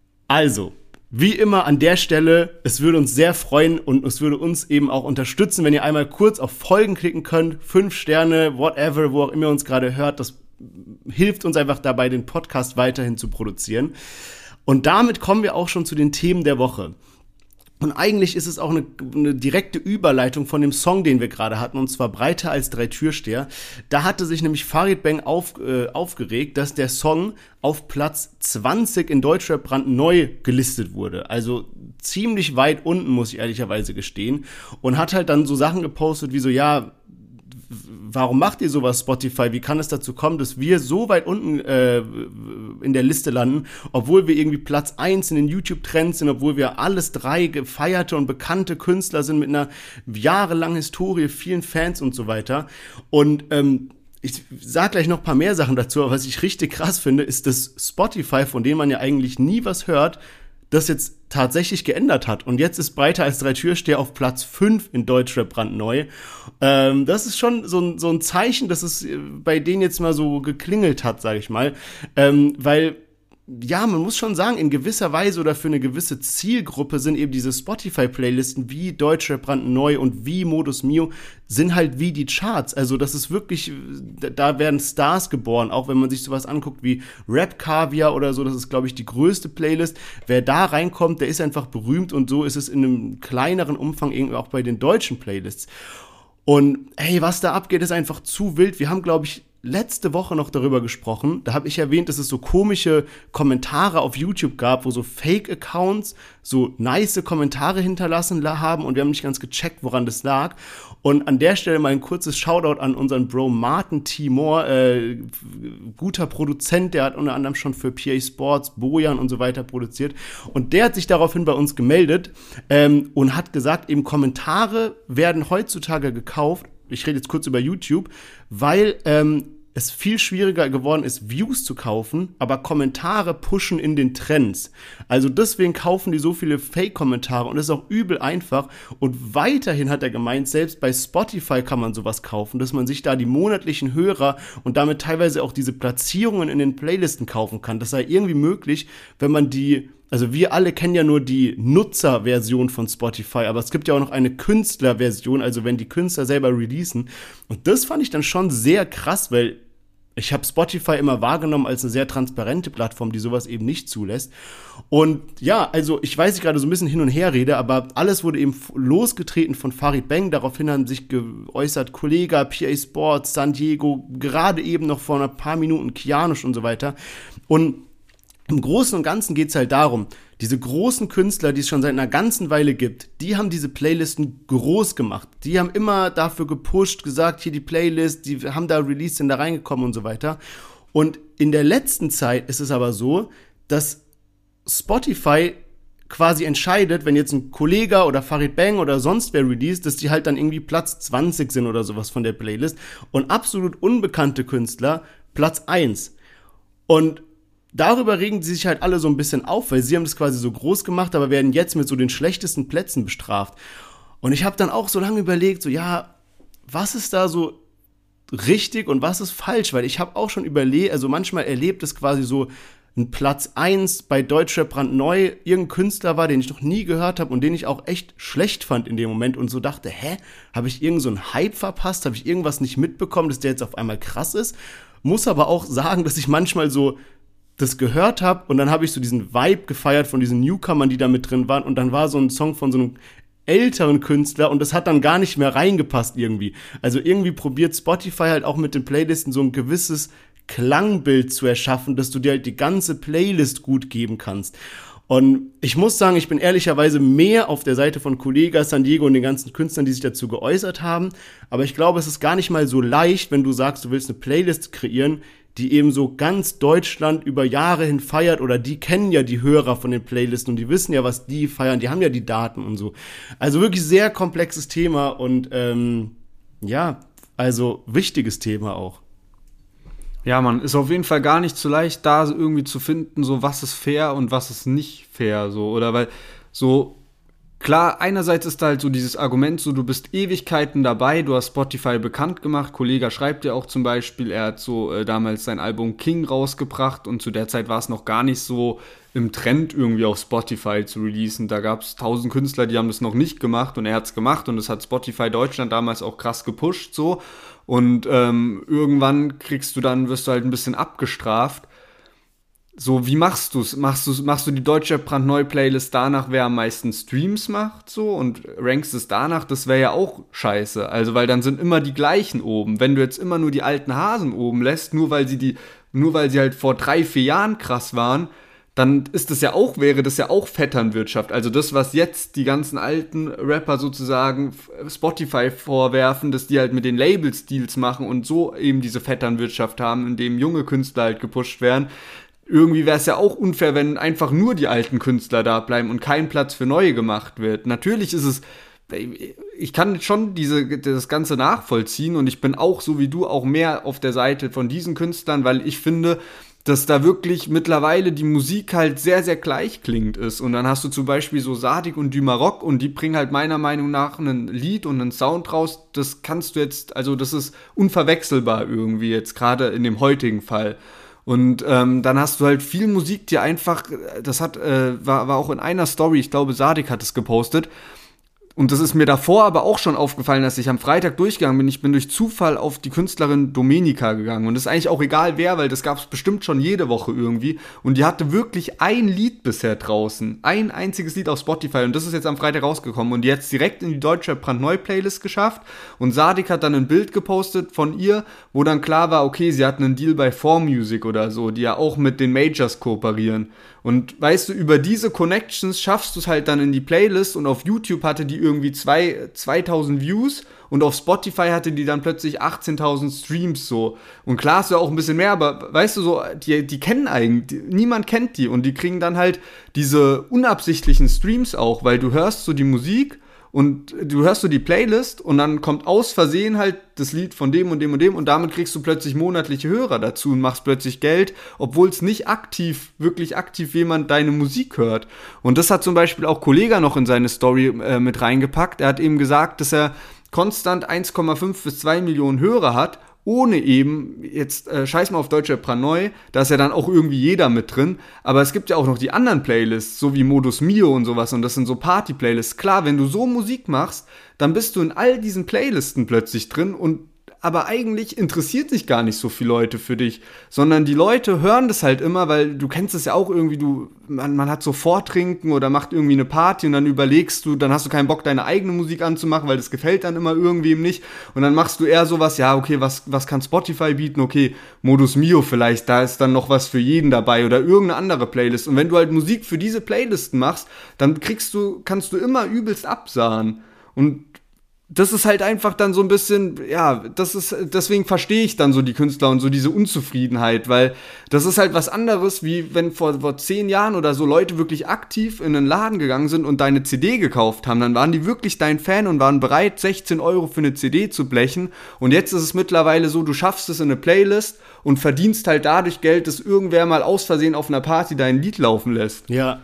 B: Also, wie immer an der Stelle, es würde uns sehr freuen und es würde uns eben auch unterstützen, wenn ihr einmal kurz auf Folgen klicken könnt, fünf Sterne, whatever, wo auch immer ihr uns gerade hört, das hilft uns einfach dabei, den Podcast weiterhin zu produzieren. Und damit kommen wir auch schon zu den Themen der Woche. Und eigentlich ist es auch eine, eine direkte Überleitung von dem Song, den wir gerade hatten, und zwar Breiter als drei Türsteher. Da hatte sich nämlich Farid Bang auf, äh, aufgeregt, dass der Song auf Platz zwanzig in Deutschrap brandneu gelistet wurde. Also ziemlich weit unten, muss ich ehrlicherweise gestehen. Und hat halt dann so Sachen gepostet wie so, ja, warum macht ihr sowas, Spotify? Wie kann es dazu kommen, dass wir so weit unten äh, in der Liste landen, obwohl wir irgendwie Platz eins in den YouTube-Trends sind, obwohl wir alles drei gefeierte und bekannte Künstler sind mit einer jahrelangen Historie, vielen Fans und so weiter. Und ähm, ich sag gleich noch ein paar mehr Sachen dazu, aber was ich richtig krass finde, ist, dass Spotify, von dem man ja eigentlich nie was hört, das jetzt tatsächlich geändert hat. Und jetzt ist Breiter als drei Türsteher auf Platz fünf in Deutschrap brandneu. Ähm, das ist schon so ein, so ein Zeichen, dass es bei denen jetzt mal so geklingelt hat, sag ich mal. Ähm, weil ja, man muss schon sagen, in gewisser Weise oder für eine gewisse Zielgruppe sind eben diese Spotify-Playlisten wie Deutschrap brandneu und wie Modus Mio sind halt wie die Charts. Also das ist wirklich, da werden Stars geboren, auch wenn man sich sowas anguckt wie Rap Kaviar oder so, das ist, glaube ich, die größte Playlist. Wer da reinkommt, der ist einfach berühmt und so ist es in einem kleineren Umfang irgendwie auch bei den deutschen Playlists. Und hey, was da abgeht, ist einfach zu wild. Wir haben, glaube ich, letzte Woche noch darüber gesprochen. Da habe ich erwähnt, dass es so komische Kommentare auf YouTube gab, wo so Fake-Accounts so nice Kommentare hinterlassen haben und wir haben nicht ganz gecheckt, woran das lag. Und an der Stelle mal ein kurzes Shoutout an unseren Bro Martin Timor, äh, guter Produzent, der hat unter anderem schon für P A Sports, Bojan und so weiter produziert. Und der hat sich daraufhin bei uns gemeldet ähm, und hat gesagt, eben Kommentare werden heutzutage gekauft. Ich rede jetzt kurz über YouTube, weil ähm, es viel schwieriger geworden ist, Views zu kaufen, aber Kommentare pushen in den Trends. Also deswegen kaufen die so viele Fake-Kommentare und das ist auch übel einfach. Und weiterhin hat er gemeint, selbst bei Spotify kann man sowas kaufen, dass man sich da die monatlichen Hörer und damit teilweise auch diese Platzierungen in den Playlisten kaufen kann. Das sei irgendwie möglich, wenn man die... Also wir alle kennen ja nur die Nutzerversion von Spotify, aber es gibt ja auch noch eine Künstlerversion, also wenn die Künstler selber releasen. Und das fand ich dann schon sehr krass, weil ich habe Spotify immer wahrgenommen als eine sehr transparente Plattform, die sowas eben nicht zulässt. Und ja, also ich weiß, ich gerade so ein bisschen hin und her rede, aber alles wurde eben losgetreten von Farid Bang. Daraufhin haben sich geäußert Kollega, P A Sports, San Diego, gerade eben noch vor ein paar Minuten Kianosch und so weiter. Und im Großen und Ganzen geht's halt darum, diese großen Künstler, die es schon seit einer ganzen Weile gibt, die haben diese Playlisten groß gemacht. Die haben immer dafür gepusht, gesagt, hier die Playlist, die haben da Release, sind da reingekommen und so weiter. Und in der letzten Zeit ist es aber so, dass Spotify quasi entscheidet, wenn jetzt ein Kollega oder Farid Bang oder sonst wer released, dass die halt dann irgendwie Platz zwanzig sind oder sowas von der Playlist und absolut unbekannte Künstler Platz eins. Und darüber regen sie sich halt alle so ein bisschen auf, weil sie haben das quasi so groß gemacht, aber werden jetzt mit so den schlechtesten Plätzen bestraft. Und ich habe dann auch so lange überlegt, so ja, was ist da so richtig und was ist falsch? Weil ich habe auch schon überlegt, also manchmal erlebt es quasi so, ein Platz eins bei Deutschrap brandneu irgendein Künstler war, den ich noch nie gehört habe und den ich auch echt schlecht fand in dem Moment und so dachte, hä, habe ich irgend so einen Hype verpasst? Habe ich irgendwas nicht mitbekommen, dass der jetzt auf einmal krass ist? Muss aber auch sagen, dass ich manchmal so das gehört habe und dann habe ich so diesen Vibe gefeiert von diesen Newcomern, die da mit drin waren und dann war so ein Song von so einem älteren Künstler und das hat dann gar nicht mehr reingepasst irgendwie. Also irgendwie probiert Spotify halt auch mit den Playlisten so ein gewisses Klangbild zu erschaffen, dass du dir halt die ganze Playlist gut geben kannst. Und ich muss sagen, ich bin ehrlicherweise mehr auf der Seite von Kollega, San Diego und den ganzen Künstlern, die sich dazu geäußert haben. Aber ich glaube, es ist gar nicht mal so leicht, wenn du sagst, du willst eine Playlist kreieren, die eben so ganz Deutschland über Jahre hin feiert oder die kennen ja die Hörer von den Playlisten und die wissen ja, was die feiern, die haben ja die Daten und so. Also wirklich sehr komplexes Thema und ähm, ja, also wichtiges Thema auch.
A: Ja, man, ist auf jeden Fall gar nicht so leicht, da irgendwie zu finden, so was ist fair und was ist nicht fair, so, oder weil so, klar, einerseits ist da halt so dieses Argument, so du bist Ewigkeiten dabei, du hast Spotify bekannt gemacht, Kollega schreibt ja auch zum Beispiel, er hat so äh, damals sein Album King rausgebracht und zu der Zeit war es noch gar nicht so im Trend irgendwie auf Spotify zu releasen, da gab es tausend Künstler, die haben das noch nicht gemacht und er hat es gemacht und das hat Spotify Deutschland damals auch krass gepusht, so. Und ähm, irgendwann kriegst du dann, wirst du halt ein bisschen abgestraft. So, wie machst du's? Machst du machst du die Deutsche brandneu-Playlist danach, wer am meisten Streams macht, so, und rankst es danach? Das wäre ja auch scheiße. Also, weil dann sind immer die gleichen oben. Wenn du jetzt immer nur die alten Hasen oben lässt, nur weil sie die, nur weil sie halt vor drei, vier Jahren krass waren, dann ist das ja auch, wäre das ja auch Vetternwirtschaft. Also das, was jetzt die ganzen alten Rapper sozusagen Spotify vorwerfen, dass die halt mit den Labels Deals machen und so eben diese Vetternwirtschaft haben, in dem junge Künstler halt gepusht werden. Irgendwie wäre es ja auch unfair, wenn einfach nur die alten Künstler da bleiben und kein Platz für neue gemacht wird. Natürlich ist es, ich kann schon diese, das Ganze nachvollziehen und ich bin auch, so wie du, auch mehr auf der Seite von diesen Künstlern, weil ich finde, dass da wirklich mittlerweile die Musik halt sehr, sehr gleichklingend ist. Und dann hast du zum Beispiel so Sadik und Dümarock und die bringen halt meiner Meinung nach ein Lied und einen Sound raus. Das kannst du jetzt, also das ist unverwechselbar irgendwie jetzt, gerade in dem heutigen Fall. Und ähm, dann hast du halt viel Musik, die einfach, das hat, äh, war, war auch in einer Story, ich glaube Sadik hat es gepostet, und das ist mir davor aber auch schon aufgefallen, dass ich am Freitag durchgegangen bin. Ich bin durch Zufall auf die Künstlerin Domenica gegangen. Und das ist eigentlich auch egal wer, weil das gab es bestimmt schon jede Woche irgendwie. Und die hatte wirklich ein Lied bisher draußen. Ein einziges Lied auf Spotify. Und das ist jetzt am Freitag rausgekommen. Und die hat es direkt in die Deutsche Brandneu-Playlist geschafft. Und Sadik hat dann ein Bild gepostet von ihr, wo dann klar war, okay, sie hat einen Deal bei four Music oder so, die ja auch mit den Majors kooperieren. Und weißt du, über diese Connections schaffst du es halt dann in die Playlist und auf YouTube hatte die irgendwie zwei, zweitausend Views und auf Spotify hatte die dann plötzlich achtzehntausend Streams so. Und klar ist ja auch ein bisschen mehr, aber weißt du so, die, die kennen eigentlich, niemand kennt die und die kriegen dann halt diese unabsichtlichen Streams auch, weil du hörst so die Musik und du hörst so die Playlist und dann kommt aus Versehen halt das Lied von dem und dem und dem und damit kriegst du plötzlich monatliche Hörer dazu und machst plötzlich Geld, obwohl es nicht aktiv, wirklich aktiv jemand deine Musik hört. Und das hat zum Beispiel auch Kollega noch in seine Story äh, mit reingepackt. Er hat eben gesagt, dass er konstant eins Komma fünf bis zwei Millionen Hörer hat, ohne eben, jetzt äh, scheiß mal auf Deutsche Brandneu, da ist ja dann auch irgendwie jeder mit drin, aber es gibt ja auch noch die anderen Playlists, so wie Modus Mio und sowas und das sind so Party-Playlists. Klar, wenn du so Musik machst, dann bist du in all diesen Playlisten plötzlich drin und aber eigentlich interessiert sich gar nicht so viele Leute für dich, sondern die Leute hören das halt immer, weil du kennst es ja auch irgendwie, du, man, man hat so Vortrinken oder macht irgendwie eine Party und dann überlegst du, dann hast du keinen Bock, deine eigene Musik anzumachen, weil das gefällt dann immer irgendwem nicht und dann machst du eher sowas, ja, okay, was, was kann Spotify bieten? Okay, Modus Mio vielleicht, da ist dann noch was für jeden dabei oder irgendeine andere Playlist und wenn du halt Musik für diese Playlisten machst, dann kriegst du, kannst du immer übelst absahen und das ist halt einfach dann so ein bisschen, ja, das ist, deswegen verstehe ich dann so die Künstler und so diese Unzufriedenheit, weil das ist halt was anderes, wie wenn vor, vor zehn Jahren oder so Leute wirklich aktiv in einen Laden gegangen sind und deine C D gekauft haben, dann waren die wirklich dein Fan und waren bereit, sechzehn Euro für eine C D zu blechen und jetzt ist es mittlerweile so, du schaffst es in eine Playlist und verdienst halt dadurch Geld, dass irgendwer mal aus Versehen auf einer Party dein Lied laufen lässt.
B: Ja.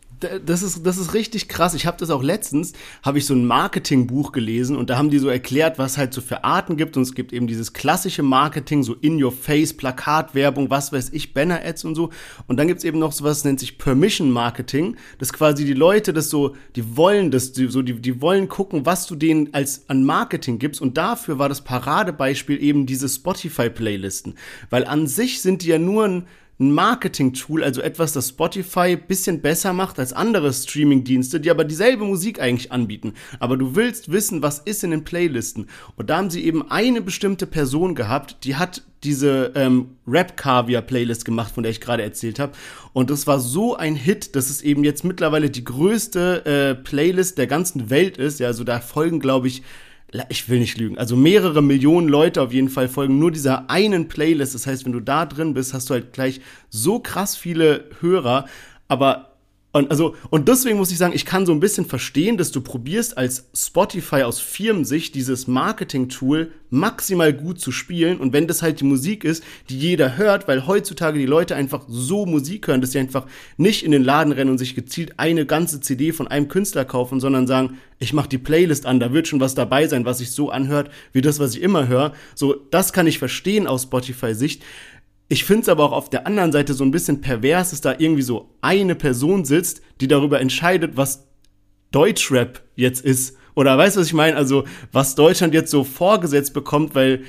B: Das ist, das ist richtig krass. Ich habe das auch letztens, habe ich so ein Marketingbuch gelesen und da haben die so erklärt, was halt so für Arten gibt und es gibt eben dieses klassische Marketing, so In-Your-Face, Plakatwerbung, was weiß ich, Banner-Ads und so und dann gibt's eben noch sowas, das nennt sich Permission-Marketing, dass quasi die Leute das so, die wollen das, die, so, die, die wollen gucken, was du denen als an Marketing gibst und dafür war das Paradebeispiel eben diese Spotify-Playlisten, weil an sich sind die ja nur ein ein Marketing-Tool, also etwas, das Spotify ein bisschen besser macht als andere Streaming-Dienste, die aber dieselbe Musik eigentlich anbieten. Aber du willst wissen, was ist in den Playlisten. Und da haben sie eben eine bestimmte Person gehabt, die hat diese ähm, Rap-Caviar-Playlist gemacht, von der ich gerade erzählt habe. Und das war so ein Hit, dass es eben jetzt mittlerweile die größte äh, Playlist der ganzen Welt ist. Ja, also da folgen, glaube ich, ich will nicht lügen, also mehrere Millionen Leute auf jeden Fall folgen nur dieser einen Playlist. Das heißt, wenn du da drin bist, hast du halt gleich so krass viele Hörer. Aber und, also, und deswegen muss ich sagen, ich kann so ein bisschen verstehen, dass du probierst, als Spotify aus Firmensicht dieses Marketing-Tool maximal gut zu spielen. Und wenn das halt die Musik ist, die jeder hört, weil heutzutage die Leute einfach so Musik hören, dass sie einfach nicht in den Laden rennen und sich gezielt eine ganze C D von einem Künstler kaufen, sondern sagen, ich mach die Playlist an, da wird schon was dabei sein, was sich so anhört, wie das, was ich immer höre. So, das kann ich verstehen aus Spotify-Sicht. Ich finde es aber auch auf der anderen Seite so ein bisschen pervers, dass da irgendwie so eine Person sitzt, die darüber entscheidet, was Deutschrap jetzt ist. Oder weißt du, was ich meine? Also, was Deutschland jetzt so vorgesetzt bekommt, weil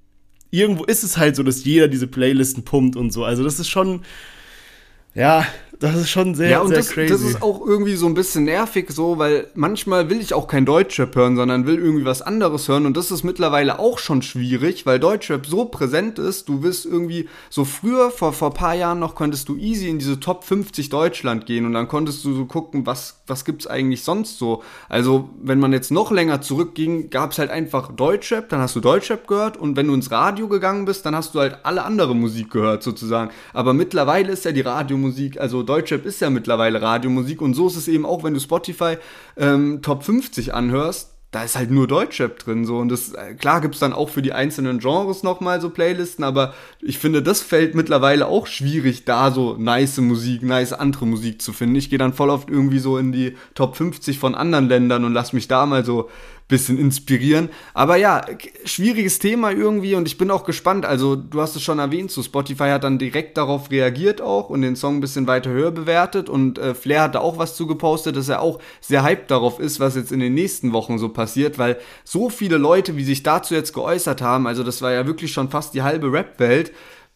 B: irgendwo ist es halt so, dass jeder diese Playlisten pumpt und so. Also, das ist schon, ja, Das ist schon sehr,
A: ja, und
B: sehr
A: das,
B: crazy.
A: das ist auch irgendwie so ein bisschen nervig so, weil manchmal will ich auch kein Deutschrap hören, sondern will irgendwie was anderes hören und das ist mittlerweile auch schon schwierig, weil Deutschrap so präsent ist, du wirst irgendwie, so früher, vor, vor ein paar Jahren noch, konntest du easy in diese Top fünfzig Deutschland gehen und dann konntest du so gucken, was, was gibt's eigentlich sonst so. Also, wenn man jetzt noch länger zurückging, gab's halt einfach Deutschrap, dann hast du Deutschrap gehört und wenn du ins Radio gegangen bist, dann hast du halt alle andere Musik gehört sozusagen. Aber mittlerweile ist ja die Radiomusik, also Deutschrap ist ja mittlerweile Radiomusik und so ist es eben auch, wenn du Spotify ähm, Top fünfzig anhörst, da ist halt nur Deutschrap drin so und das, klar gibt's dann auch für die einzelnen Genres nochmal so Playlisten, aber ich finde, das fällt mittlerweile auch schwierig, da so nice Musik, nice andere Musik zu finden. Ich gehe dann voll oft irgendwie so in die Top fünfzig von anderen Ländern und lass mich da mal so bisschen inspirieren. Aber ja, schwieriges Thema irgendwie und ich bin auch gespannt. Also du hast es schon erwähnt, so Spotify hat dann direkt darauf reagiert auch und den Song ein bisschen weiter höher bewertet und äh, Flair hat da auch was zu gepostet, dass er auch sehr hyped darauf ist, was jetzt in den nächsten Wochen so passiert, weil so viele Leute, wie sich dazu jetzt geäußert haben, also das war ja wirklich schon fast die halbe Rap-Welt,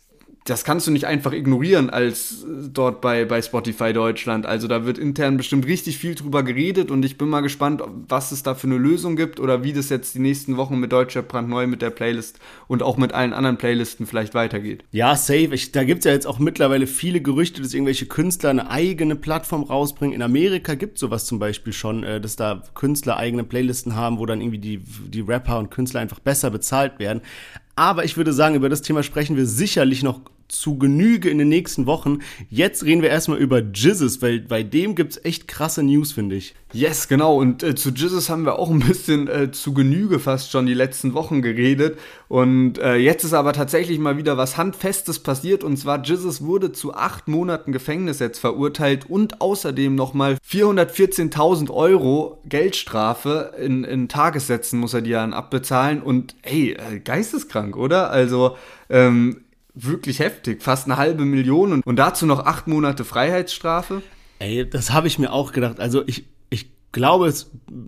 A: das kannst du nicht einfach ignorieren als dort bei, bei Spotify Deutschland. Also da wird intern bestimmt richtig viel drüber geredet und ich bin mal gespannt, was es da für eine Lösung gibt oder wie das jetzt die nächsten Wochen mit Deutschrap brandneu mit der Playlist und auch mit allen anderen Playlisten vielleicht weitergeht.
B: Ja, safe. Ich, da gibt's ja jetzt auch mittlerweile viele Gerüchte, dass irgendwelche Künstler eine eigene Plattform rausbringen. In Amerika gibt's sowas zum Beispiel schon, äh, dass da Künstler eigene Playlisten haben, wo dann irgendwie die, die Rapper und Künstler einfach besser bezahlt werden. Aber ich würde sagen, über das Thema sprechen wir sicherlich noch zu Genüge in den nächsten Wochen. Jetzt reden wir erstmal über Jizzes, weil bei dem gibt's echt krasse News, finde ich.
A: Yes, genau. Und äh, zu Jizzes haben wir auch ein bisschen äh, zu Genüge fast schon die letzten Wochen geredet. Und äh, jetzt ist aber tatsächlich mal wieder was Handfestes passiert. Und zwar Jizzes wurde zu acht Monaten Gefängnis jetzt verurteilt und außerdem nochmal vierhundertvierzehntausend Euro Geldstrafe in, in Tagessätzen muss er die dann abbezahlen. Und ey, äh, geisteskrank, oder? Also, ähm, wirklich heftig, fast eine halbe Million und, und dazu noch acht Monate Freiheitsstrafe.
B: Ey, das habe ich mir auch gedacht. Also ich, ich glaube, es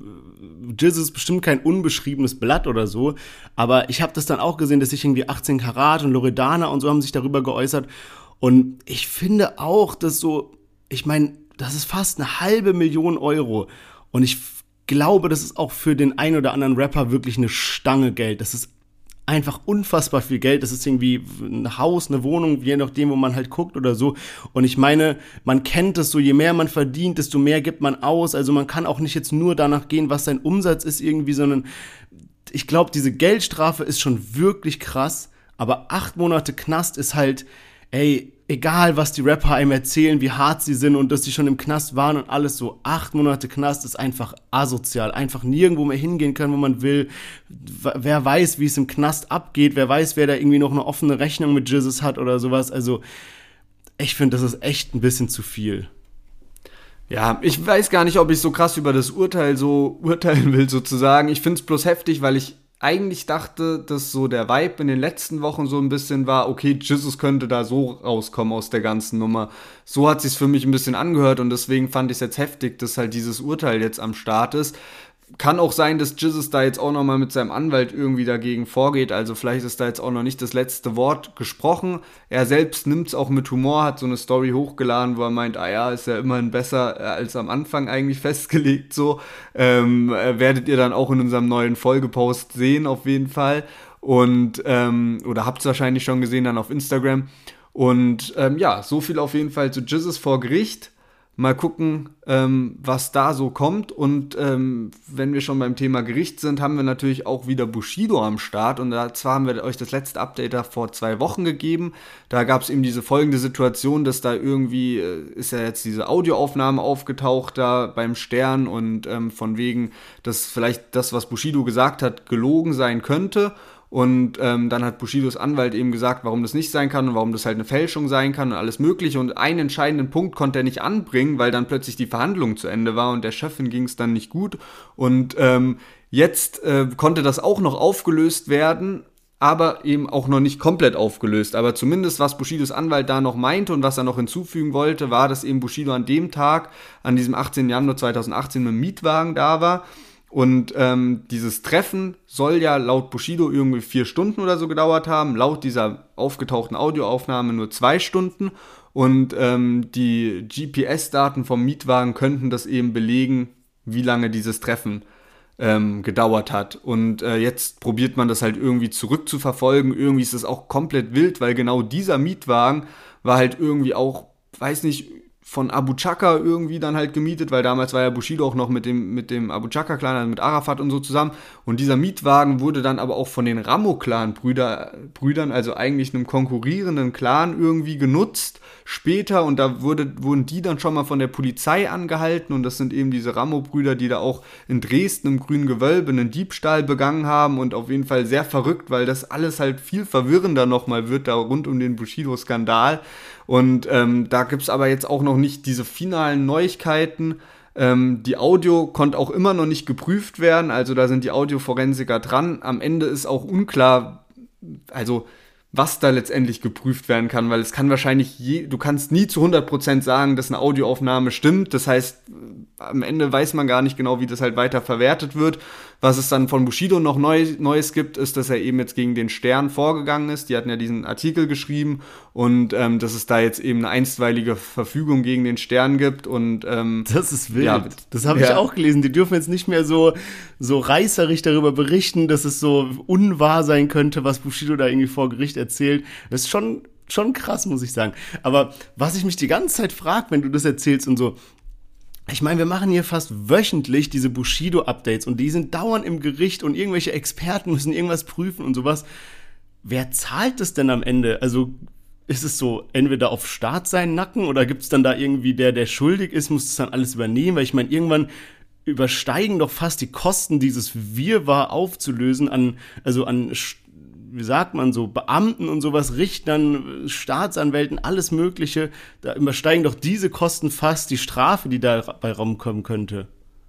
B: Jizz ist bestimmt kein unbeschriebenes Blatt oder so, aber ich habe das dann auch gesehen, dass sich irgendwie achtzehn Karat und Loredana und so haben sich darüber geäußert und ich finde auch, dass so, ich meine, das ist fast eine halbe Million Euro und ich glaube, das ist auch für den einen oder anderen Rapper wirklich eine Stange Geld. Das ist einfach unfassbar viel Geld. Das ist irgendwie ein Haus, eine Wohnung, je nachdem, wo man halt guckt oder so. Und ich meine, man kennt es so, je mehr man verdient, desto mehr gibt man aus. Also man kann auch nicht jetzt nur danach gehen, was sein Umsatz ist irgendwie, sondern ich glaube, diese Geldstrafe ist schon wirklich krass. Aber acht Monate Knast ist halt, ey, egal was die Rapper einem erzählen, wie hart sie sind und dass sie schon im Knast waren und alles so, acht Monate Knast ist einfach asozial, einfach nirgendwo mehr hingehen können, wo man will. Wer weiß, wie es im Knast abgeht, wer weiß, wer da irgendwie noch eine offene Rechnung mit Jizzes hat oder sowas. Also ich finde, das ist echt ein bisschen zu viel.
A: Ja, ich weiß gar nicht, ob ich so krass über das Urteil so urteilen will sozusagen. Ich finde es bloß heftig, weil ich eigentlich dachte, dass so der Vibe in den letzten Wochen so ein bisschen war, okay, Jesus könnte da so rauskommen aus der ganzen Nummer. So hat sich's für mich ein bisschen angehört und deswegen fand ich es jetzt heftig, dass halt dieses Urteil jetzt am Start ist. Kann auch sein, dass Jesus da jetzt auch nochmal mit seinem Anwalt irgendwie dagegen vorgeht, also vielleicht ist da jetzt auch noch nicht das letzte Wort gesprochen. Er selbst nimmt es auch mit Humor, hat so eine Story hochgeladen, wo er meint, ah ja, ist ja immerhin besser als am Anfang eigentlich festgelegt, so. Ähm, werdet ihr dann auch in unserem neuen Folgepost sehen, auf jeden Fall. Und, ähm, oder habt es wahrscheinlich schon gesehen dann auf Instagram. Und ähm, ja, so viel auf jeden Fall zu Jesus vor Gericht. Mal gucken, ähm, was da so kommt. Und ähm, wenn wir schon beim Thema Gericht sind, haben wir natürlich auch wieder Bushido am Start. Und da, zwar haben wir euch das letzte Update da vor zwei Wochen gegeben. Da gab es eben diese folgende Situation, dass da irgendwie, äh, ist ja jetzt diese Audioaufnahme aufgetaucht da beim Stern. Und ähm, von wegen, dass vielleicht das, was Bushido gesagt hat, gelogen sein könnte. Und ähm, dann hat Bushidos Anwalt eben gesagt, warum das nicht sein kann und warum das halt eine Fälschung sein kann und alles mögliche. Und einen entscheidenden Punkt konnte er nicht anbringen, weil dann plötzlich die Verhandlung zu Ende war und der Chefin ging es dann nicht gut. Und ähm, jetzt äh, konnte das auch noch aufgelöst werden, aber eben auch noch nicht komplett aufgelöst. Aber zumindest, was Bushidos Anwalt da noch meinte und was er noch hinzufügen wollte, war, dass eben Bushido an dem Tag, an diesem achtzehnten Januar zweitausendachtzehn mit dem Mietwagen da war. Und ähm, dieses Treffen soll ja laut Bushido irgendwie vier Stunden oder so gedauert haben, laut dieser aufgetauchten Audioaufnahme nur zwei Stunden. und ähm, die G P S-Daten vom Mietwagen könnten das eben belegen, wie lange dieses Treffen ähm, gedauert hat. Und äh, jetzt probiert man das halt irgendwie zurückzuverfolgen. Irgendwie ist das auch komplett wild, weil genau dieser Mietwagen war halt irgendwie auch, weiß nicht, von Abu Chaka irgendwie dann halt gemietet, weil damals war ja Bushido auch noch mit dem, mit dem Abu Chaka-Clan, also mit Arafat und so zusammen. Und dieser Mietwagen wurde dann aber auch von den Ramo-Clan-Brüdern, also eigentlich einem konkurrierenden Clan irgendwie genutzt später. Und da wurde, wurden die dann schon mal von der Polizei angehalten. Und das sind eben diese Ramo-Brüder, die da auch in Dresden im Grünen Gewölbe einen Diebstahl begangen haben. Und auf jeden Fall sehr verrückt, weil das alles halt viel verwirrender nochmal wird, da rund um den Bushido-Skandal. Und ähm, da gibt's aber jetzt auch noch nicht diese finalen Neuigkeiten. Ähm, die Audio konnte auch immer noch nicht geprüft werden, also da sind die Audioforensiker dran. Am Ende ist auch unklar, also was da letztendlich geprüft werden kann, weil es kann wahrscheinlich, je, du kannst nie zu hundert Prozent sagen, dass eine Audioaufnahme stimmt. Das heißt, am Ende weiß man gar nicht genau, wie das halt weiter verwertet wird. Was es dann von Bushido noch neu, Neues gibt, ist, dass er eben jetzt gegen den Stern vorgegangen ist. Die hatten ja diesen Artikel geschrieben und ähm, dass es da jetzt eben eine einstweilige Verfügung gegen den Stern gibt. Und ähm,
B: das ist wild.
A: Ja,
B: das habe
A: ja.
B: ich auch gelesen. Die dürfen jetzt nicht mehr so, so reißerig darüber berichten, dass es so unwahr sein könnte, was Bushido da irgendwie vor Gericht erzählt. Das ist schon, schon krass, muss ich sagen. Aber was ich mich die ganze Zeit frage, wenn du das erzählst und so, ich meine, wir machen hier fast wöchentlich diese Bushido-Updates und die sind dauernd im Gericht und irgendwelche Experten müssen irgendwas prüfen und sowas. Wer zahlt das denn am Ende? Also ist es so entweder auf Staat seinen Nacken oder gibt es dann da irgendwie der, der schuldig ist, muss das dann alles übernehmen? Weil ich meine, irgendwann übersteigen doch fast die Kosten, dieses Wirrwarr aufzulösen an, also an, wie sagt man so, Beamten und sowas, Richtern, Staatsanwälten, alles Mögliche. Da übersteigen doch diese Kosten fast die Strafe, die dabei rumkommen könnte.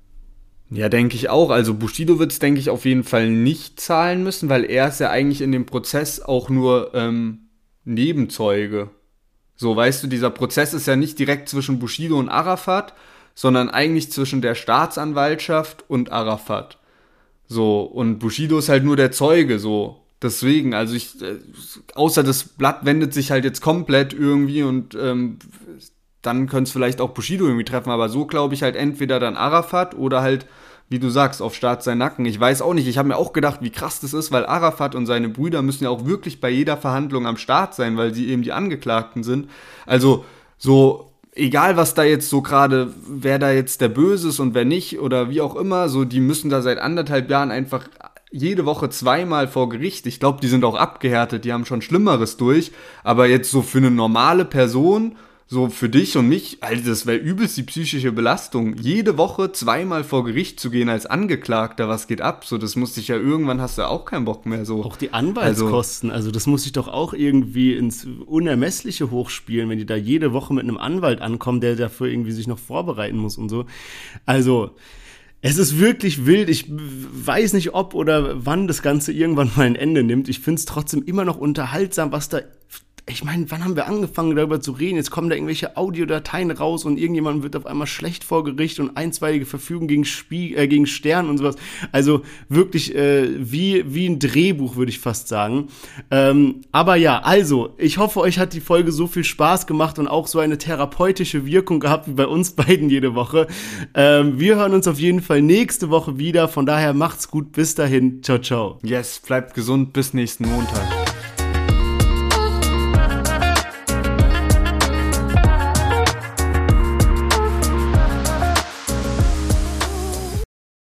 A: Ja, denke ich auch. Also Bushido wird es, denke ich, auf jeden Fall nicht zahlen müssen, weil er ist ja eigentlich in dem Prozess auch nur ähm, Nebenzeuge. So, weißt du, dieser Prozess ist ja nicht direkt zwischen Bushido und Arafat, sondern eigentlich zwischen der Staatsanwaltschaft und Arafat. So, und Bushido ist halt nur der Zeuge, so. Deswegen, also ich, äh, außer das Blatt wendet sich halt jetzt komplett irgendwie und ähm, dann könnte es vielleicht auch Bushido irgendwie treffen, aber so glaube ich halt entweder dann Arafat oder halt, wie du sagst, auf Staat sein Nacken. Ich weiß auch nicht, ich habe mir auch gedacht, wie krass das ist, weil Arafat und seine Brüder müssen ja auch wirklich bei jeder Verhandlung am Start sein, weil sie eben die Angeklagten sind. Also so, egal was da jetzt so gerade, wer da jetzt der Böse ist und wer nicht oder wie auch immer, so die müssen da seit anderthalb Jahren einfach jede Woche zweimal vor Gericht. Ich glaube, die sind auch abgehärtet, die haben schon Schlimmeres durch, aber jetzt so für eine normale Person, so für dich und mich, Alter, das wäre übelst die psychische Belastung. Jede Woche zweimal vor Gericht zu gehen als Angeklagter, was geht ab? So, das musste ich ja irgendwann, hast du auch keinen Bock mehr. So.
B: Auch die Anwaltskosten, also, also das muss ich doch auch irgendwie ins Unermessliche hochspielen, wenn die da jede Woche mit einem Anwalt ankommen, der dafür irgendwie sich noch vorbereiten muss und so. Also es ist wirklich wild. Ich weiß nicht, ob oder wann das Ganze irgendwann mal ein Ende nimmt. Ich finde es trotzdem immer noch unterhaltsam, was da... Ich meine, wann haben wir angefangen, darüber zu reden? Jetzt kommen da irgendwelche Audiodateien raus und irgendjemand wird auf einmal schlecht vor Gericht und einstweilige Verfügung gegen, Spie- äh, gegen Stern und sowas. Also wirklich äh, wie, wie ein Drehbuch, würde ich fast sagen. Ähm, aber ja, also, ich hoffe, euch hat die Folge so viel Spaß gemacht und auch so eine therapeutische Wirkung gehabt wie bei uns beiden jede Woche. Ähm, wir hören uns auf jeden Fall nächste Woche wieder. Von daher macht's gut. Bis dahin. Ciao, ciao.
A: Yes, bleibt gesund. Bis nächsten Montag.